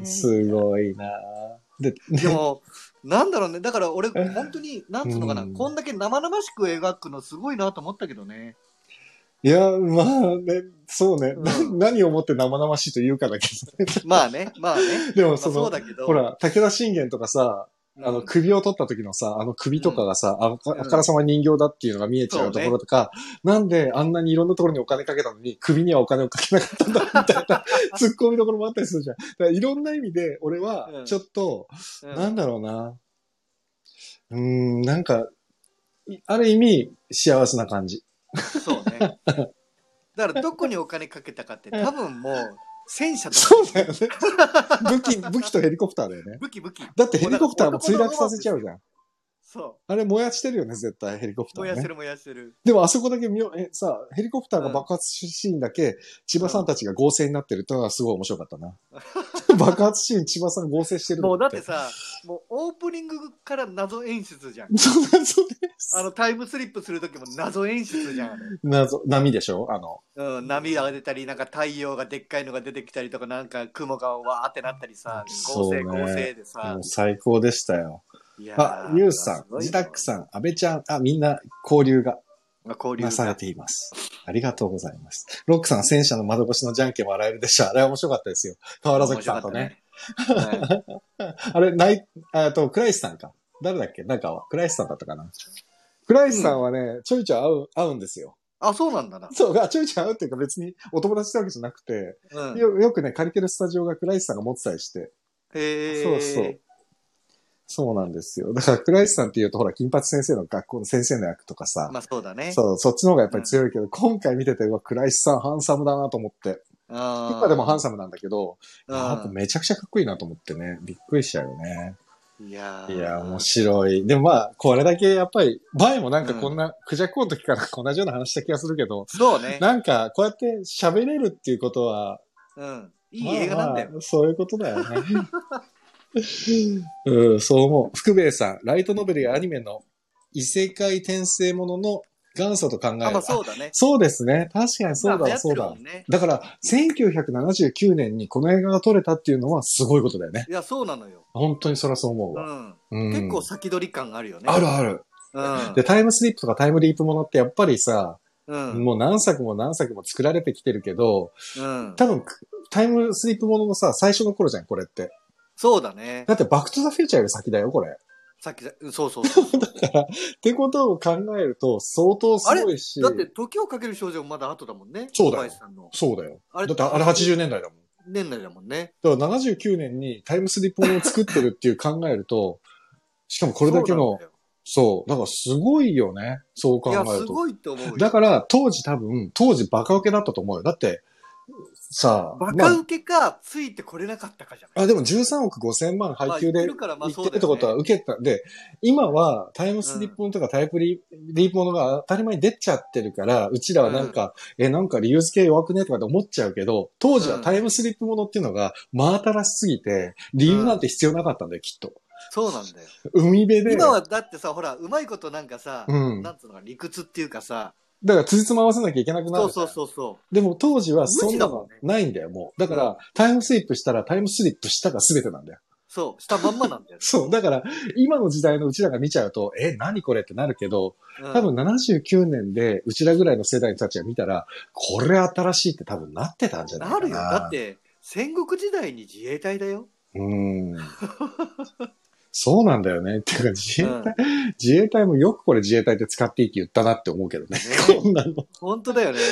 すごいなでも、なんだろうね。だから俺、本当に、なんつうのかな。こんだけ生々しく描くのすごいなと思ったけどね。 いや、まあね、そうね。何をもって生々しいと言うかだけどね。 まあね。 でもそうだけどほら、武田信玄とかさ、首を取った時のさ、首とかがさ、あからさま人形だっていうのが見えちゃうところとか、なんであんなにいろんなところにお金かけたのに、首にはお金をかけなかったんだ、みたいな、突っ込みどころもあったりするじゃん。だからいろんな意味で、俺は、ちょっと、なんだろうな。なんか、ある意味、幸せな感じ。 そうね。だからどこにお金かけたかって多分もう戦車とか。 そうだよね。武器とヘリコプターだよね。 武器。 だってヘリコプターも墜落させちゃうじゃん。 そう。 あれ燃やしてるよね、絶対ヘリコプター、ね。 燃やしてる。 でもあそこだけさ、ヘリコプターが爆発シーンだけ、千葉さんたちが合成になってるってのがすごい面白かったな。爆発シーン千葉さん合成してるもうだってさ、もうオープニングから謎演出じゃん。 そうです。 タイムスリップするときも謎演出じゃん。 波でしょ波が出たり、なんか太陽がでっかいのが出てきたりとか、なんか雲がわーってなったりさ、合成でさ。 もう最高でしたよ。ユウさん、ジダックさん、安倍ちゃん、みんな交流がなされています。ありがとうございます。ロックさん、戦車の窓越しのじゃんけん笑えるでしょ。あれは面白かったですよ。河原崎さんとね。あれ、クライスさんか。誰だっけ中は。クライスさんだったかな。クライスさんはね、ちょいちょい会うんですよ。 そうなんだな。 そう、ちょいちょい会うっていうか別にお友達ってわけじゃなくて、よくね、借りてるスタジオがクライスさんが持ってたりして。そう。そうなんですよ。だから、クライスさんって言うと、ほら、金八先生の学校の先生の役とかさ。 まあ、そうだね。 そう、そっちの方がやっぱり強いけど、今回見てて、クライスさんハンサムだなと思って。今でもハンサムなんだけど、やっぱめちゃくちゃかっこいいなと思ってね、びっくりしちゃうよね。いや、面白い。でもまあ、これだけやっぱり、前もなんかこんな、クジャクの時から同じような話した気がするけど、 そうね。 なんか、こうやって喋れるっていうことは、 いい映画なんだよ。 そういうことだよね。 うん、そう思う。福兵衛さん、ライトノベルやアニメの異世界転生ものの元祖と考える。 あ、まあそうだね。 そうですね。確かにそうだわ、 今流行ってそうだ。 るもんね。 だから、1979年にこの映画が撮れたっていうのはすごいことだよね。 いや、そうなのよ。 本当にそれはそう思うわ。 結構先取り感あるよね。 あるある。で、タイムスリップとかタイムリープものってやっぱりさ、もう何作も何作も作られてきてるけど、多分、タイムスリップもののさ、最初の頃じゃん、これって。 そうだね。 だって、バックトゥザフューチャーより先だよ、これ。 そう。 だから、ってことを考えると、相当すごいし。 だって、時をかける少女もまだ後だもんね。 そうだよ。そうだよ。だって、あれ80年代だもん。 年代だもんね。 だから79年にタイムスリップものを作ってるっていう考えると、しかもこれだけの、そう。だからすごいよね。そう考えると。いや、 すごいと思うよ。 だから、当時バカ受けだったと思うよ。だって、さあ。バカ受けか、ついてこれなかったかじゃない。 でも13億5千万配給で言ってるってことは受けたんで、今はタイムスリップものとかタイプリープものが当たり前に出ちゃってるから、うちらはなんか、なんか理由付け弱くねとかって思っちゃうけど、当時はタイムスリップものっていうのが真新しすぎて、理由なんて必要なかったんだよ、きっと。 そうなんだよ。 海辺で。 今はだってさ、ほら、うまいことなんかさ、なんつうのか、理屈っていうかさ、 だから、つじつま合わせなきゃいけなくなる。 そう。 でも当時はそんなのないんだよ、もう。だから、タイムスリップしたらタイムスリップしたが全てなんだよ。 そう、したまんまなんだよ、ね。 そう。だから、今の時代のうちらが見ちゃうと、何これってなるけど、多分79年でうちらぐらいの世代の人たちが見たら、これ新しいって多分なってたんじゃないかな。 なるよ。だって、戦国時代に自衛隊だよ。 そうなんだよね。っていうか自衛隊もよくこれ自衛隊って使っていいって言ったなって思うけどね。こんなの。 本当だよね。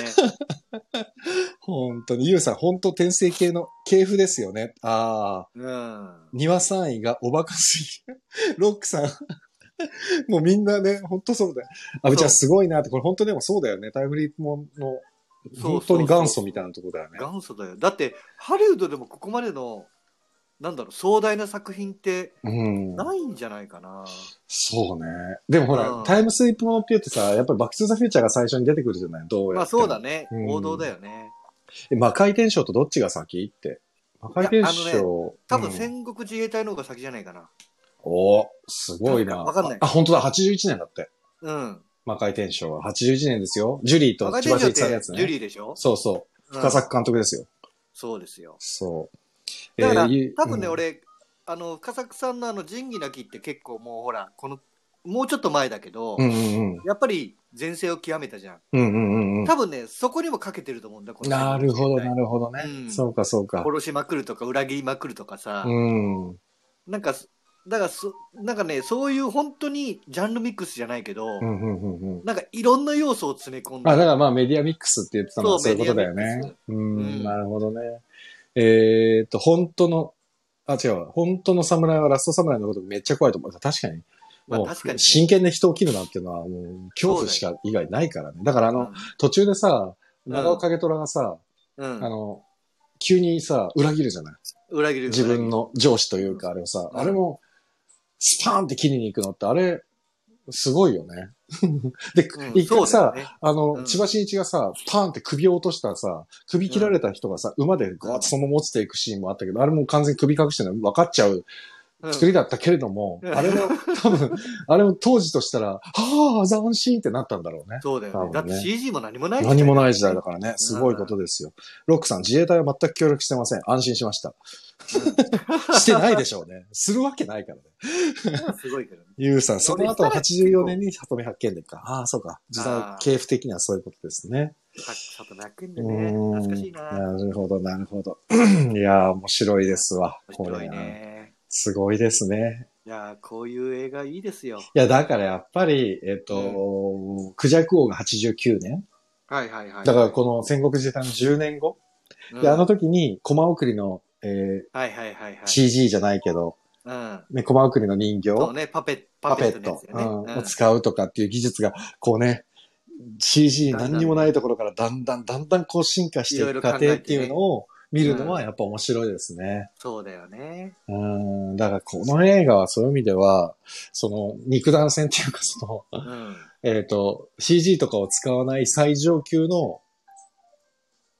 本当に。ゆうさん、本当転生系の系譜ですよね。庭3位がおバカすぎ。ロックさん。もうみんなね、本当そうだよ。あぶちゃんすごいなって、これ本当でもそうだよね。タイムリープもの、本当に元祖みたいなとこだよね。 元祖だよ。だって、ハリウッドでもここまでの、なんだろう、壮大な作品ってないんじゃないかな。 そうね。でもほら、タイムスリップものって言ってさ、やっぱりバックトゥザフューチャーが最初に出てくるじゃない、どうやって。 まあそうだね。王道だよね。 魔界転生とどっちが先って。魔界転生。 多分戦国自衛隊の方が先じゃないかな。 すごいな。 わかんない。 本当だ、81年だって。 魔界転生は81年ですよ。ジュリーと千葉真一さんのやつね。 ジュリーでしょ？ そうそう。深作監督ですよ。 そうですよ。 そう。 だから、多分ね、俺、深作さんの仁義なきって結構もうほら、もうちょっと前だけど、やっぱり前世を極めたじゃん。多分ね、そこにもかけてると思うんだ、このなるほど、なるほどね。そうか、そうか。 殺しまくるとか、裏切りまくるとかさ。なんか、だからなんかね、そういう本当にジャンルミックスじゃないけど、なんかいろんな要素を詰め込んで。 だからまあメディアミックスって言ってたのはそういうことだよね。なるほどね。本当の、違うわ。本当の侍はラスト侍のことめっちゃ怖いと思う。確かに。真剣で人を切るなっていうのはもう恐怖しか以外ないからね。だから途中でさ、長尾影虎がさ、急にさ、裏切るじゃない。 裏切る。 自分の上司というかあれをさ、あれも、スパーンって切りに行くのって、あれ、すごいよね。で、一回さ、千葉真一がさ、パーンって首を落としたらさ、首切られた人がさ、馬でガーッとそのまま落ちていくシーンもあったけど、あれも完全に首隠してるの分かっちゃう作りだったけれども、あれも多分、あれも当時としたら、斬新ってなったんだろうね。 そうだよね。だって CG も何もない時代。何もない時代だからね。すごいことですよ。ロックさん、自衛隊は全く協力してません。安心しました。してないでしょうね。するわけないからね。 すごいけどね。 ゆうさん、その後84年に里見八犬伝か。そうか。時代系譜的にはそういうことですね。 里見八犬伝ね。懐かしいな。 なるほど、なるほど。いやー、面白いですわ。 面白いね。 すごいですね。 いやー、こういう映画いいですよ。 いや、だからやっぱり、クジャク王が89年。 だからこの戦国時代の10年後。で、あの時に、コマ送りの、CG じゃないけど、コマ送りの人形。 そうね、パペットを使うとかっていう技術が、こうね、CG 何にもないところからだんだんこう進化していく過程っていうのを見るのはやっぱ面白いですね。 そうだよね。 だからこの映画はそういう意味では、その肉弾戦っていうかその、CG とかを使わない最上級の、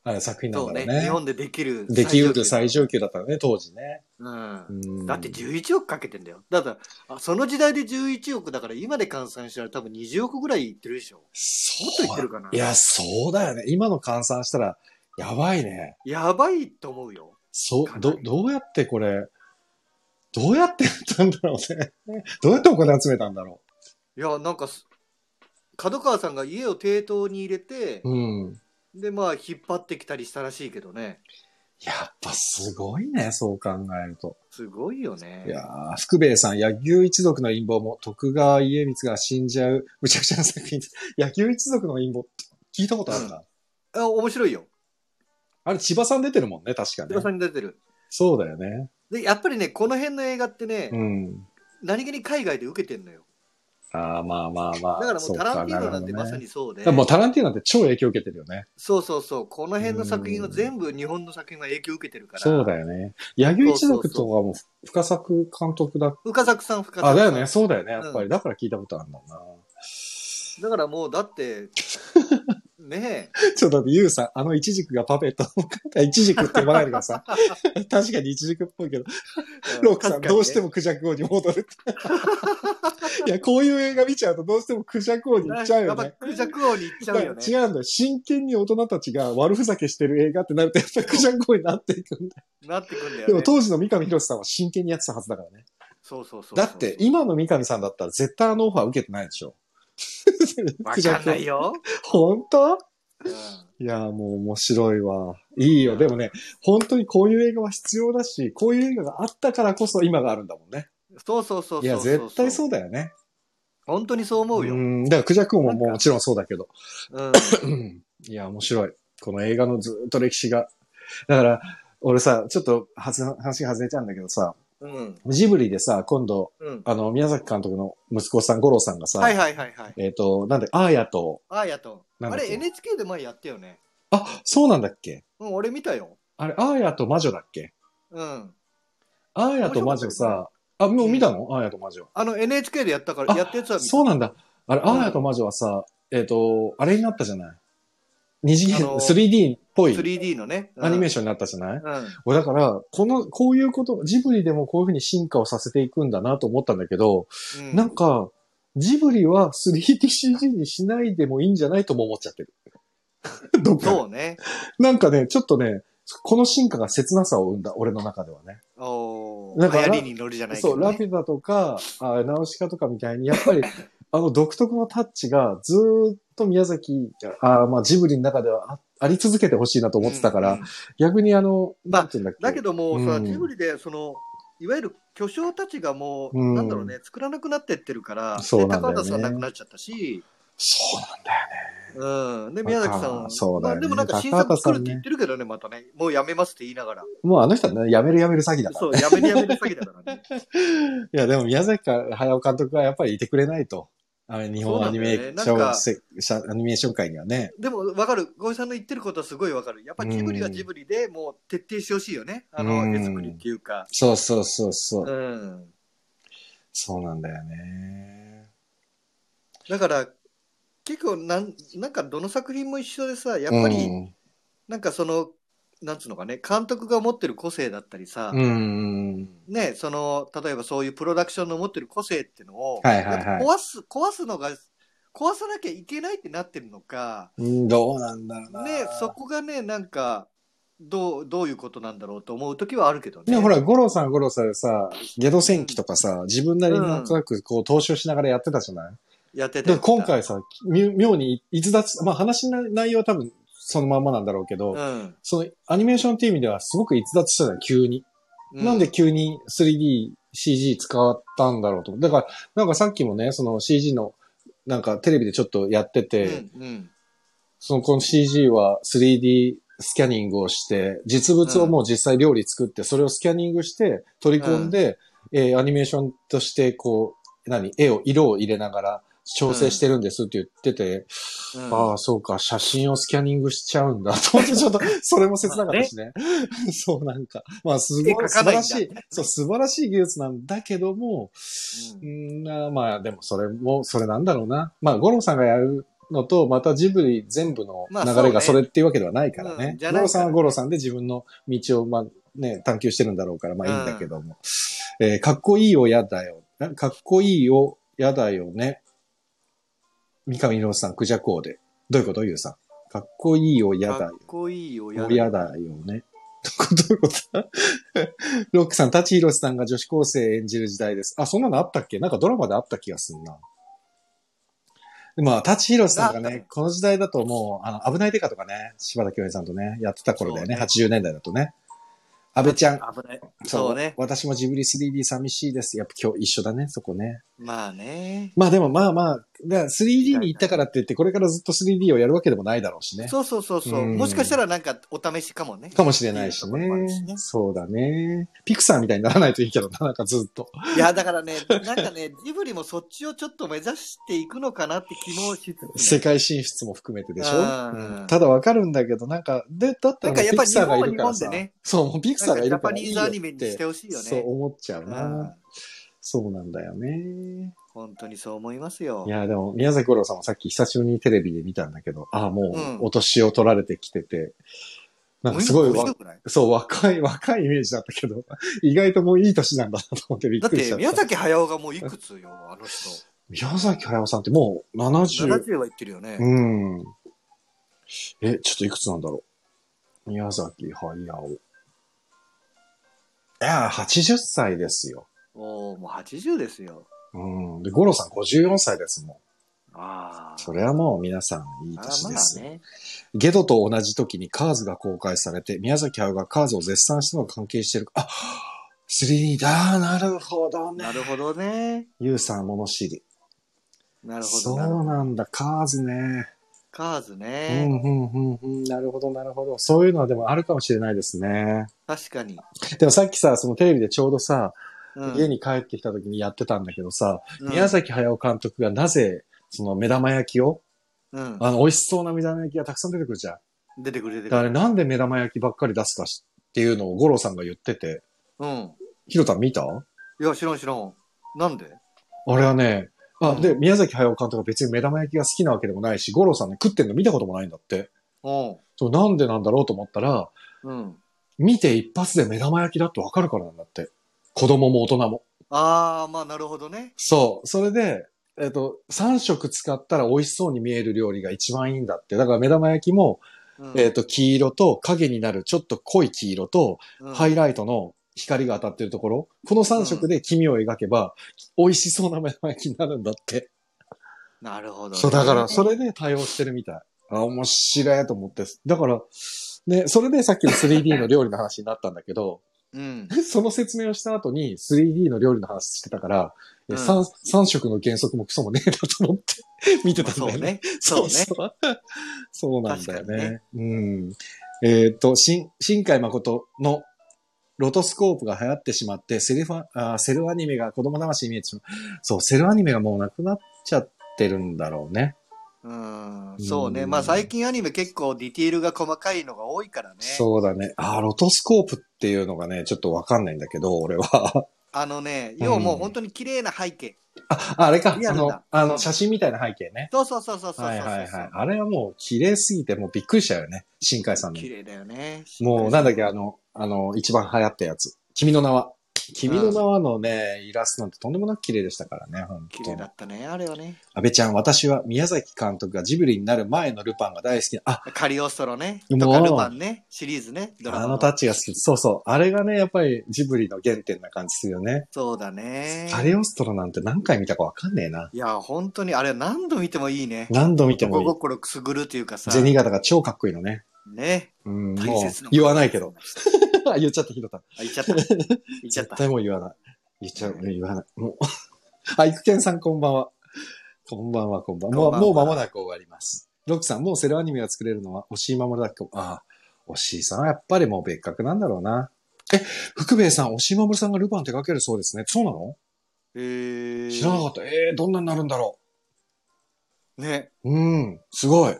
作品なんだろうね。 そうね。日本でできる。 できるという最上級だったのね、当時ね。 だって11億かけてんだよ。だからその時代で11億だから今で換算したら多分20億ぐらいいってるでしょ。もっといってるかな。 いや、そうだよね。今の換算したら、やばいね。 やばいと思うよ。 どうやってこれ、どうやってやったんだろうね。どうやってお金集めたんだろう。いや、なんか、角川さんが家を抵当に入れて、で、まあ、引っ張ってきたりしたらしいけどね。 やっぱすごいね、そう考えると。 すごいよね。 いやー、福兵衛さん、野球一族の陰謀も徳川家光が死んじゃう、むちゃくちゃな作品です。野球一族の陰謀、聞いたことあるな。 面白いよ。 あれ、千葉さん出てるもんね、確かね。 千葉さんに出てる。 そうだよね。 で、やっぱりね、この辺の映画ってね、何気に海外で受けてんのよ。 ああ、まあまあまあ。 だからもうタランティーノなんてまさにそうで。 もうタランティーノなんて超影響受けてるよね。 そうそうそう。この辺の作品は全部日本の作品は影響受けてるから。 そうだよね。野球一族とかも深作監督だ。 深作さん。 あ、だよね。そうだよね。やっぱり。だから聞いたことあるんだな。 だからもう、だって、ねえ。ちょっと待って、ゆうさん、あのイチジクがパペット。イチジクって言わないでください。確かにイチジクっぽいけど。ロックさん、どうしてもクジャク王に戻るって。いや、こういう映画見ちゃうとどうしてもクジャク王に行っちゃうよね。 クジャク王に行っちゃうよね。 違うんだよ。真剣に大人たちが悪ふざけしてる映画ってなると、やっぱりクジャク王になっていくんだよ。 なっていくんだよね。 でも当時の三上博史さんは真剣にやってたはずだからね。 そうそうそう。 だって、今の三上さんだったら絶対あのオファー受けてないでしょ。 わかんないよ。 本当？いや、もう面白いわ。いいよ。でもね、本当にこういう映画は必要だし、こういう映画があったからこそ今があるんだもんね。 そうそうそうそう。 いや、絶対そうだよね。 本当にそう思うよ。 だからクジャク王ももちろんそうだけど。いや、面白い。この映画のずっと歴史が。だから、俺さ、ちょっと話が外れちゃうんだけどさ、ジブリでさ、今度、宮崎監督の息子さん、五郎さんがさ、なんで、アーヤと。 あれ NHK で前やったよね。 あ、そうなんだっけ？ 俺見たよ。 あれ、アーヤと魔女だっけ？アーヤと魔女さ、もう見たの？アーヤと魔女。 NHK でやったから、やったやつは見た。 そうなんだ。あれ、アーヤと魔女はさ、あれになったじゃない？二次元、3D っぽい。 3D のね。 アニメーションになったじゃない？だから、こういうこと、ジブリでもこういう風に進化をさせていくんだなと思ったんだけど、なんか、ジブリは 3DCG にしないでもいいんじゃないとも思っちゃってる。どっか。 そうね。 なんかね、ちょっとね、この進化が切なさを生んだ、俺の中ではね。 なんか流行りに乗るじゃないけど、ね。 そう、ラピュタとか、ナウシカとかみたいに、やっぱり、独特のタッチがずーっと宮崎、ジブリの中ではあり続けてほしいなと思ってたから、逆になんていうんだっけ。 だけどもさ、ジブリでいわゆる巨匠たちがもう、なんだろうね、作らなくなってってるから、 そうなんだよね。 高畑さん亡くなっちゃったし、 そうなんだよね。 で、宮崎さん、 そうだよね。 でもなんか新作作るって言ってるけどね、またね、もうやめますって言いながら。 もうあの人はね、やめる詐欺だから、ね。 そう、やめる詐欺だからね。 いや、でも宮崎駿監督はやっぱりいてくれないと。日本アニメーション界にはね。 でもわかる。ゴイさんの言ってることはすごいわかる。やっぱりジブリはジブリでもう徹底してほしいよね。絵作りっていうか。 そう。そうなんだよね。 だから、結構なんかどの作品も一緒でさ、やっぱり、なんかなんつうのかね、監督が持ってる個性だったりさ、ね、例えばそういうプロダクションの持ってる個性っていうのを、壊さなきゃいけないってなってるのか、 どうなんだろうな。 ね、そこがね、なんか、どういうことなんだろうと思うときはあるけどね。 ほら、五郎さんでさ、ゲド戦記とかさ、自分なりになんとなくこう、踏襲しながらやってたじゃない？ やってた。 今回さ、妙に逸脱、話の内容は多分そのまんまなんだろうけど、そのアニメーションっていう意味ではすごく逸脱したじゃん、急に。なんで急に 3D、CG 使ったんだろうと。だから、なんかさっきもね、その CG の、なんかテレビでちょっとやってて、この CG は 3D スキャニングをして、実物をもう実際料理作って、それをスキャニングして取り込んで、アニメーションとしてこう、色を入れながら、調整してるんですって言ってて、そうか、写真をスキャニングしちゃうんだと思って、ちょっと、それも切なかったしね。そうなんか、すごい素晴らしい、素晴らしい技術なんだけども、でもそれなんだろうな。五郎さんがやるのと、またジブリ全部の流れがそれっていうわけではないからね。五郎さんは五郎さんで自分の道を、まあね、探求してるんだろうから、まあいいんだけども。かっこいいよ、やだよ。かっこいいよ、やだよね。三上洋さん、クジャコウで。どういうことゆうさん。かっこいいよ、やだよ。 かっこいいよ、やだよね。どういうことロックさん、舘ひろしさんが女子高生演じる時代です。あ、そんなのあったっけ？なんかドラマであった気がするな。まあ、舘ひろしさんがね、この時代だともう、危ないデカとかね、柴田恭平さんとね、やってた頃だよね。80年代だとね。安倍ちゃん。 危ない。そうね。 私もジブリ 3D 寂しいです。やっぱ今日一緒だね、そこね。 まあね。 まあでもまあまあ、3D に行ったからって言って、これからずっと 3D をやるわけでもないだろうしね。 そう。もしかしたらなんかお試しかもね。 かもしれないしね。そうだね。ピクサーみたいにならないといいけどな、なんかずっと。 いや、だからね、なんかね、ジブリもそっちをちょっと目指していくのかなって気もしつつ、ね。 世界進出も含めてでしょ、ただわかるんだけど、なんか、だったらピクサーがいるからさ。ね、そう、もうピクサーがいるからいいよって。ジャパニーズアニメにしてほしいよね。そう思っちゃうな。そうなんだよね。 本当にそう思いますよ。 いや、でも、宮崎五郎さんもさっき久しぶりにテレビで見たんだけど、もう、お年を取られてきてて、なんかすごいそう、若いイメージだったけど、意外ともういい年なんだなと思ってびっくりしちゃった。 だって、宮崎駿がもういくつよ、あの人。 宮崎駿さんってもう70。 70は言ってるよね。 ちょっといくつなんだろう。宮崎駿。いや、80歳ですよ。 もう80ですよ。 で、五郎さん54歳ですもん。 ああ。 それはもう皆さんいい年ですよ。ね、ゲドと同じ時にカーズが公開されて、宮崎駿がカーズを絶賛したのが関係してる。3D だ。なるほどね。 なるほどね。 ゆうさん物知り。 なるほど。 そうなんだ、カーズね。 カーズね。 なるほど、なるほど。そういうのはでもあるかもしれないですね。 確かに。 でもさっきさ、そのテレビでちょうどさ、家に帰ってきた時にやってたんだけどさ、宮崎駿監督がなぜ、その目玉焼きを、美味しそうな目玉焼きがたくさん出てくるじゃん。 出てくる。 あれなんで目玉焼きばっかり出すかっていうのを五郎さんが言ってて。ひろたん見た？ いや、知らん。なんで？ あれはね、で、宮崎駿監督は別に目玉焼きが好きなわけでもないし、五郎さんね、食ってんの見たこともないんだって。そうなんでなんだろうと思ったら、見て一発で目玉焼きだってわかるからなんだって。子供も大人も。 まあなるほどね。 そう。それで、3色使ったら美味しそうに見える料理が一番いいんだって。だから目玉焼きも、黄色と影になるちょっと濃い黄色と、ハイライトの光が当たってるところ、この3色で黄身を描けば、美味しそうな目玉焼きになるんだって。 なるほど、ね。 そう、だからそれで対応してるみたい。面白いと思って。だから、ね、それでさっきの 3D の料理の話になったんだけど、その説明をした後に 3D の料理の話してたから、3色の原則もクソもねえなと思って見てたんだよね。 そうね。 そうなんだよね。新海誠のロトスコープが流行ってしまって、セルアニメが子供魂に見えてしまう。そう、セルアニメがもうなくなっちゃってるんだろうね。 そうね。まあ最近アニメ結構ディティールが細かいのが多いからね。 そうだね。ロトスコープっていうのがね、ちょっとわかんないんだけど、俺は。 要はもう本当に綺麗な背景。 あれか。写真みたいな背景ね。 そう。 はい。あれはもう綺麗すぎて、もうびっくりしちゃうよね。新海さんの。 綺麗だよね。 もうなんだっけ、一番流行ったやつ。君の名は。君の名はのね、イラストなんてとんでもなく綺麗でしたからね、本当に。 綺麗だったね、あれはね。 安倍ちゃん、私は宮崎監督がジブリになる前のルパンが大好きな。 カリオストロね。とかルパンね。シリーズね。 あのタッチが好き。そう。あれがね、やっぱりジブリの原点な感じするよね。 そうだね。 カリオストロなんて何回見たかわかんねえな。 いや、本当にあれ何度見てもいいね。 何度見てもいい。 心くすぐるというかさ。 銭形が超かっこいいのね。 ね。 もう言わないけど。言っちゃった、ひろた。 言っちゃった。 絶対もう言わない。言わない。もう。いくけんさんこんばんは。こんばんは。もう間もなく終わります。ロックさん、もうセルアニメが作れるのは、押井守だっけ？押井さんはやっぱりもう別格なんだろうな。福兵衛さん、押井守さんがルパン手掛けるそうですね。そうなの？知らなかった。どんなになるんだろう。ね。 すごい。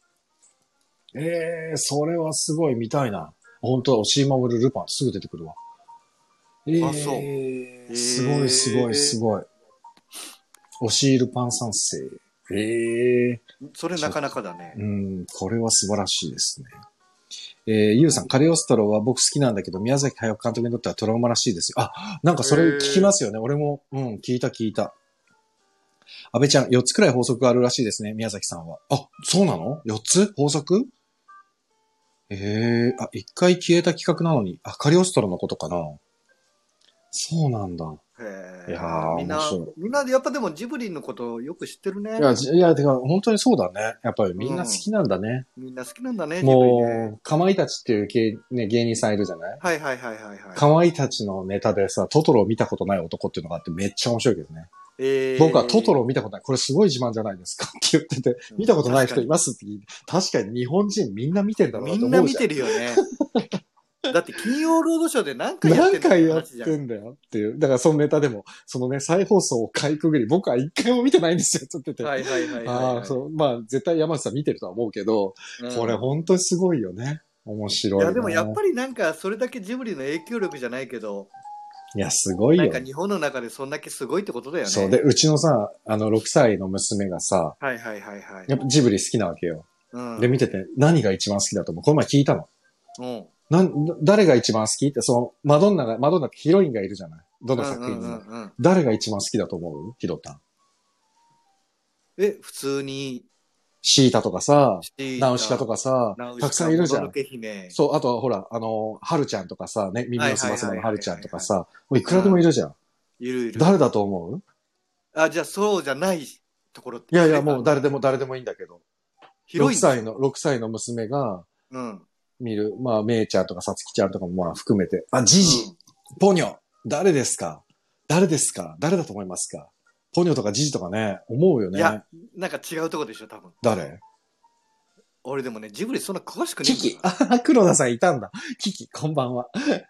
それはすごい見たいな。本当だ、押井守ルパンすぐ出てくるわ。そう。すごい。押井ルパン三世。 へえ。 それなかなかだね。 これは素晴らしいですね。ゆうさん、カリオストロは僕好きなんだけど、宮崎駿監督にとってはトラウマらしいですよ。あ、なんかそれ聞きますよね。俺も、聞いた。安倍ちゃん、4つくらい法則があるらしいですね、宮崎さんは。あ、そうなの ?4 つ法則1回消えた企画なのに、カリオストロのことかな。そうなんだ。いやー、 みんなやっぱでもジブリのことをよく知ってるね。 いや、てか本当にそうだね。やっぱりみんな好きなんだね。 みんな好きなんだね、 もう、かまいたちっていう芸人さんいるじゃない？ はい。 かまいたちのネタでさ、トトロを見たことない男っていうのがあってめっちゃ面白いけどね。僕はトトロを見たことない。これすごい自慢じゃないですかって言ってて、見たことない人いますって聞いて、確かに日本人みんな見てんだろうなと思うじゃん。 みんな見てるよね。だって金曜ロードショーで何回やってんだよっていう。だからそのネタでも、そのね、再放送をかいくぐり、僕は一回も見てないんですよって言ってて。 はい。 まあ絶対山内さん見てるとは思うけど、これ本当にすごいよね。面白い。 いやでもやっぱりなんかそれだけジブリの影響力じゃないけど、 いや、すごいよ。 なんか日本の中でそんだけすごいってことだよね。 そう。で、うちのさ、6歳の娘がさ、 はい。 やっぱジブリ好きなわけよ。で、見てて、何が一番好きだと思う？この前聞いたの。誰が一番好きって、その、マドンナヒロインがいるじゃない？どの作品にも。誰が一番好きだと思う？ヒロタン。 普通に。 シータとかさ、ナウシカとかさ、たくさんいるじゃん。そう、あとはほら、ハルちゃんとかさ、ね、耳をすませばのハルちゃんとかさ、もういくらでもいるじゃん。 いる。 誰だと思う？ じゃあそうじゃないところって。 いや、もう誰でもいいんだけど。6歳の娘が、見る、まあ、めいちゃんとかさつきちゃんとかもまあ含めて、ジジ、ポニョ、誰ですか？誰だと思いますか？ポニョとかジジとかね、思うよね。 いや、なんか違うとこでしょ、多分。誰？俺でもね、ジブリそんな詳しくねえ。 キキ。黒田さんいたんだ。キキ、こんばんは。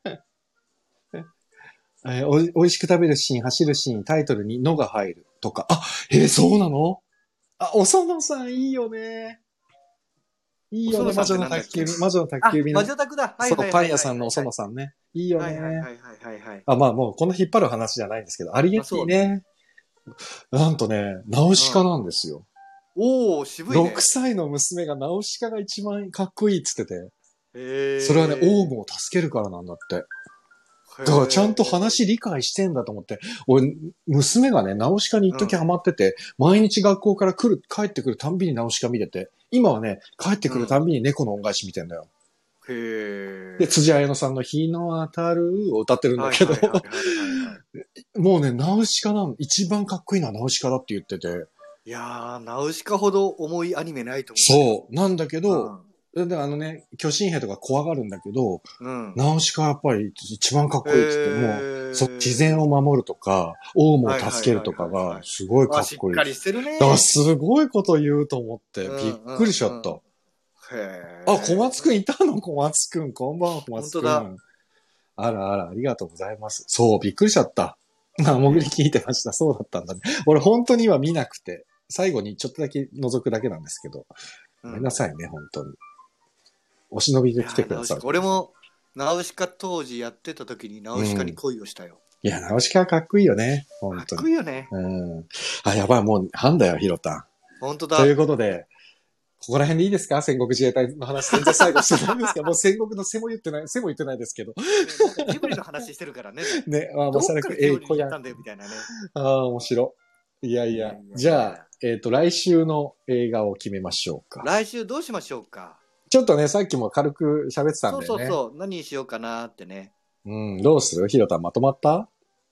おいしく食べるシーン、走るシーン、タイトルにのが入るとか。そうなの？お園さんいいよね。いいよね、魔女の宅急便。魔女の宅だ。 そう、パン屋さんのお園さんね。いいよね。まあもうこの引っ張る話じゃないんですけど、ありがとうね。なんとね、ナウシカなんですよ。 渋いね。 6歳の娘がナウシカが一番かっこいいっつってて。それはね、オウムを助けるからなんだって。だからちゃんと話理解してんだと思って。俺、娘がね、ナウシカに一時ハマってて、毎日学校から帰ってくるたんびにナウシカ見てて、今はね、帰ってくるたんびに猫の恩返し見てんだよ。で、辻彩乃さんの日の当たるを歌ってるんだけど、もうね、ナウシカ一番かっこいいのはナウシカだって言ってて。 いやー、ナウシカほど重いアニメないと思う。そう。なんだけど、巨神兵とか怖がるんだけど、ナウシカはやっぱり一番かっこいいって言っても、自然を守るとか、オウムを助けるとかが、すごいかっこいい。 しっかりしてるね。 だからすごいこと言うと思って、びっくりしちゃった。小松くんいたの？小松くん。こんばんは、小松くん。本当だ。あら、ありがとうございます。そう、びっくりしちゃった。潜り聞いてました。そうだったんだね。俺本当に今見なくて、最後にちょっとだけ覗くだけなんですけど、ごめんなさいね、本当に。お忍びで来てください。 俺も、ナウシカ当時やってた時にナウシカに恋をしたよ。 いや、ナウシカはかっこいいよね。本当に。 かっこいいよね。 やばい、もう、半だよ、ヒロタン。 本当だ。 ということで、ここら辺でいいですか？戦国自衛隊の話。全然最後してないんですか？もう戦国の背も言ってないですけど。 ジブリの話してるからね。 ね、まさらく子やん。 面白い。いや。じゃあ、来週の映画を決めましょうか。 来週どうしましょうか。 ちょっとね、さっきも軽く喋ってたんでね。 そう。何にしようかなってね。 どうする？ヒロタンまとまった？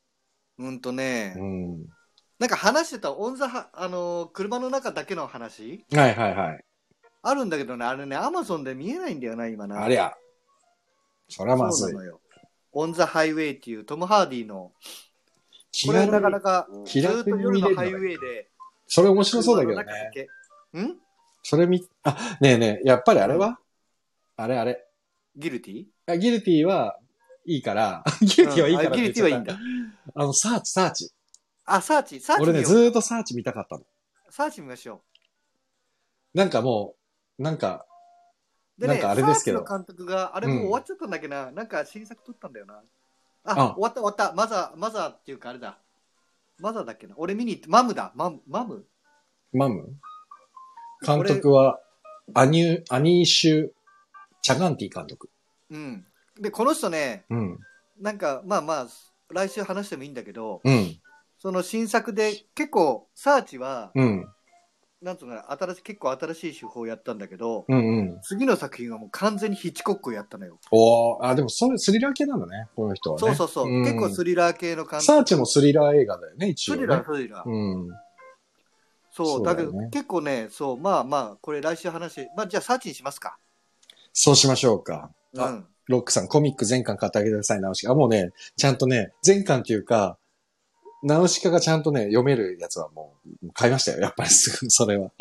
なんか話してた車の中だけの話？ はい。 あるんだけどね、あれね、アマゾンで見えないんだよな、今な。 ありゃ。そりゃまずい。 そうなのよ。オン・ザ・ハイウェイっていうトム・ハーディの、これなかなかずっと夜のハイウェイで。 それ面白そうだけどね。それねえ、やっぱりあれは？あれ。 ギルティ？ ギルティはいいから、ギルティはいいから。 ギルティはいいんだ。 サーチ。 サーチ。 俺ね、ずーっとサーチ見たかったの。 サーチ見ましょう。なんかあれですけど。 サーチの監督が、あれもう終わっちゃったんだっけな。なんか新作撮ったんだよな。終わった。マザーっていうかあれだ。マザーだっけな。俺見に行って、マムだ。マムマム監督は、アニーシュ・チャガンティ監督。 うん。で、この人ね、 うん。 なんか、まあまあ、来週話してもいいんだけど、 うん。 その新作で、結構、サーチは、 うん。 なんつうのかな、結構新しい手法をやったんだけど、 うんうん。 次の作品はもう完全にヒッチコックをやったのよ。 でもそれスリラー系なんだね、この人はね。 そうそうそう。結構スリラー系の感じ。 サーチもスリラー映画だよね、一応、ね。 スリラー。 うん。 そう、だけど結構ね、そう、まあまあ、これ来週話、まあじゃあサーチにしますか。 そうしましょうか。 うん。 ロックさん、コミック全巻買ってあげてください、ナウシカ。もうね、ちゃんとね、全巻っていうか、ナウシカがちゃんとね、読めるやつはもう買いましたよ。やっぱりすぐ、それは。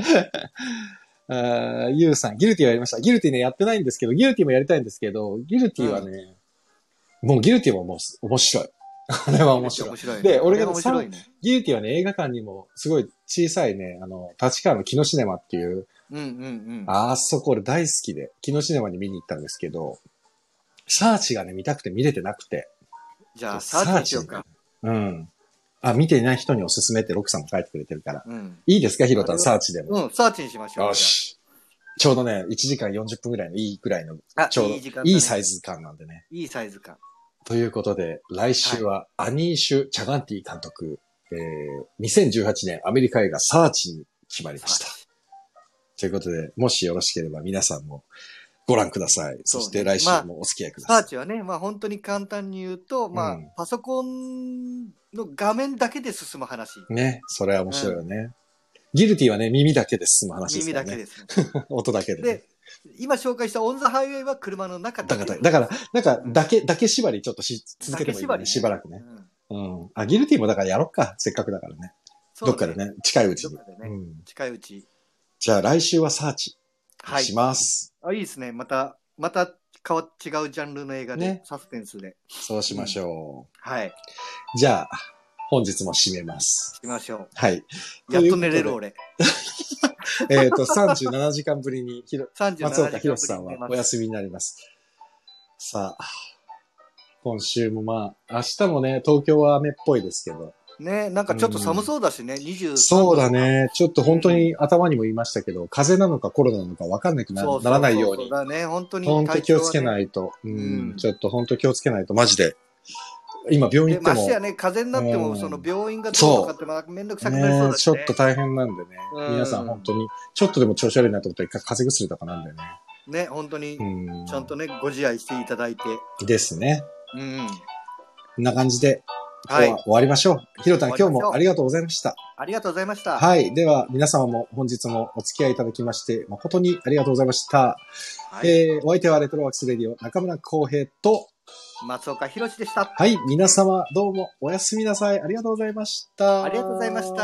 ユウさん、ギルティはやりました。ギルティね、やってないんですけど、ギルティもやりたいんですけど、ギルティはね、もうギルティももう面白い。あれは面白い。で、俺がギルティはね、映画館にもすごい小さいね、立川のキノシネマっていう、あそこ俺大好きで、キノシネマに見に行ったんですけど、サーチがね、見たくて見れてなくて。 じゃあ、サーチしようか。 うん。見ていない人におすすめってロクさんも書いてくれてるから。うん、いいですか、ヒロタン、サーチでも。 うん、サーチにしましょう。 よし。ちょうどね、1時間40分ぐらいのいいくらいの、ちょうどいいサイズ感なんでね。 いいサイズ感。 ということで、来週はアニーシュ・チャガンティ監督、2018年アメリカ映画サーチに決まりました。ということで、もしよろしければ皆さんもご覧ください。そして来週もお付き合いください。 サーチはね、まあ本当に簡単に言うと、まあ、パソコンの画面だけで進む話。 ね、それは面白いよね。ギルティはね、耳だけで進む話ですからね。 耳だけです。 音だけで、ね。で、 今紹介したオンザハイウェイは車の中だから、なんか、だけ縛りちょっと続けてもいいね。しばらくね。ギルティもだからやろっか。せっかくだからね。どっかでね、近いうちに。 近いうち。 じゃあ来週はサーチします。 いいですね。また違うジャンルの映画で、サスペンスで。 そうしましょう。 はい。 じゃあ、本日も締めます。 締めましょう。 はい。 やっと寝れる俺。 37時間ぶりに、松岡弘さんはお休みになります。さあ、今週もまあ、明日もね、東京は雨っぽいですけど。 ね、なんかちょっと寒そうだしね、23度。 そうだね。ちょっと本当に頭にも言いましたけど、風邪なのかコロナなのか分かんなくならないように。 そうだね、本当に。 本当気をつけないと。ちょっと本当気をつけないと、マジで。今病院行っても。 ましてやね、風邪になっても、その病院がどうとかってめんどくさくなりそうだしね。ちょっと大変なんでね。皆さん本当に、ちょっとでも調子悪いなと思ったら一回風邪薬とかなんだよね。 ね、本当に、ちゃんとね、ご自愛していただいて。 ですね。こんな感じで、今日は終わりましょう。ひろたん、今日もありがとうございました。 ありがとうございました。 はい。では、皆様も本日もお付き合いいただきまして、誠にありがとうございました。お相手はレトロワークスレディオ中村浩平と、 松岡弘でした。 はい。皆様、どうもおやすみなさい。ありがとうございました。 ありがとうございました。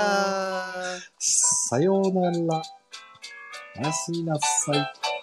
さようなら。おやすみなさい。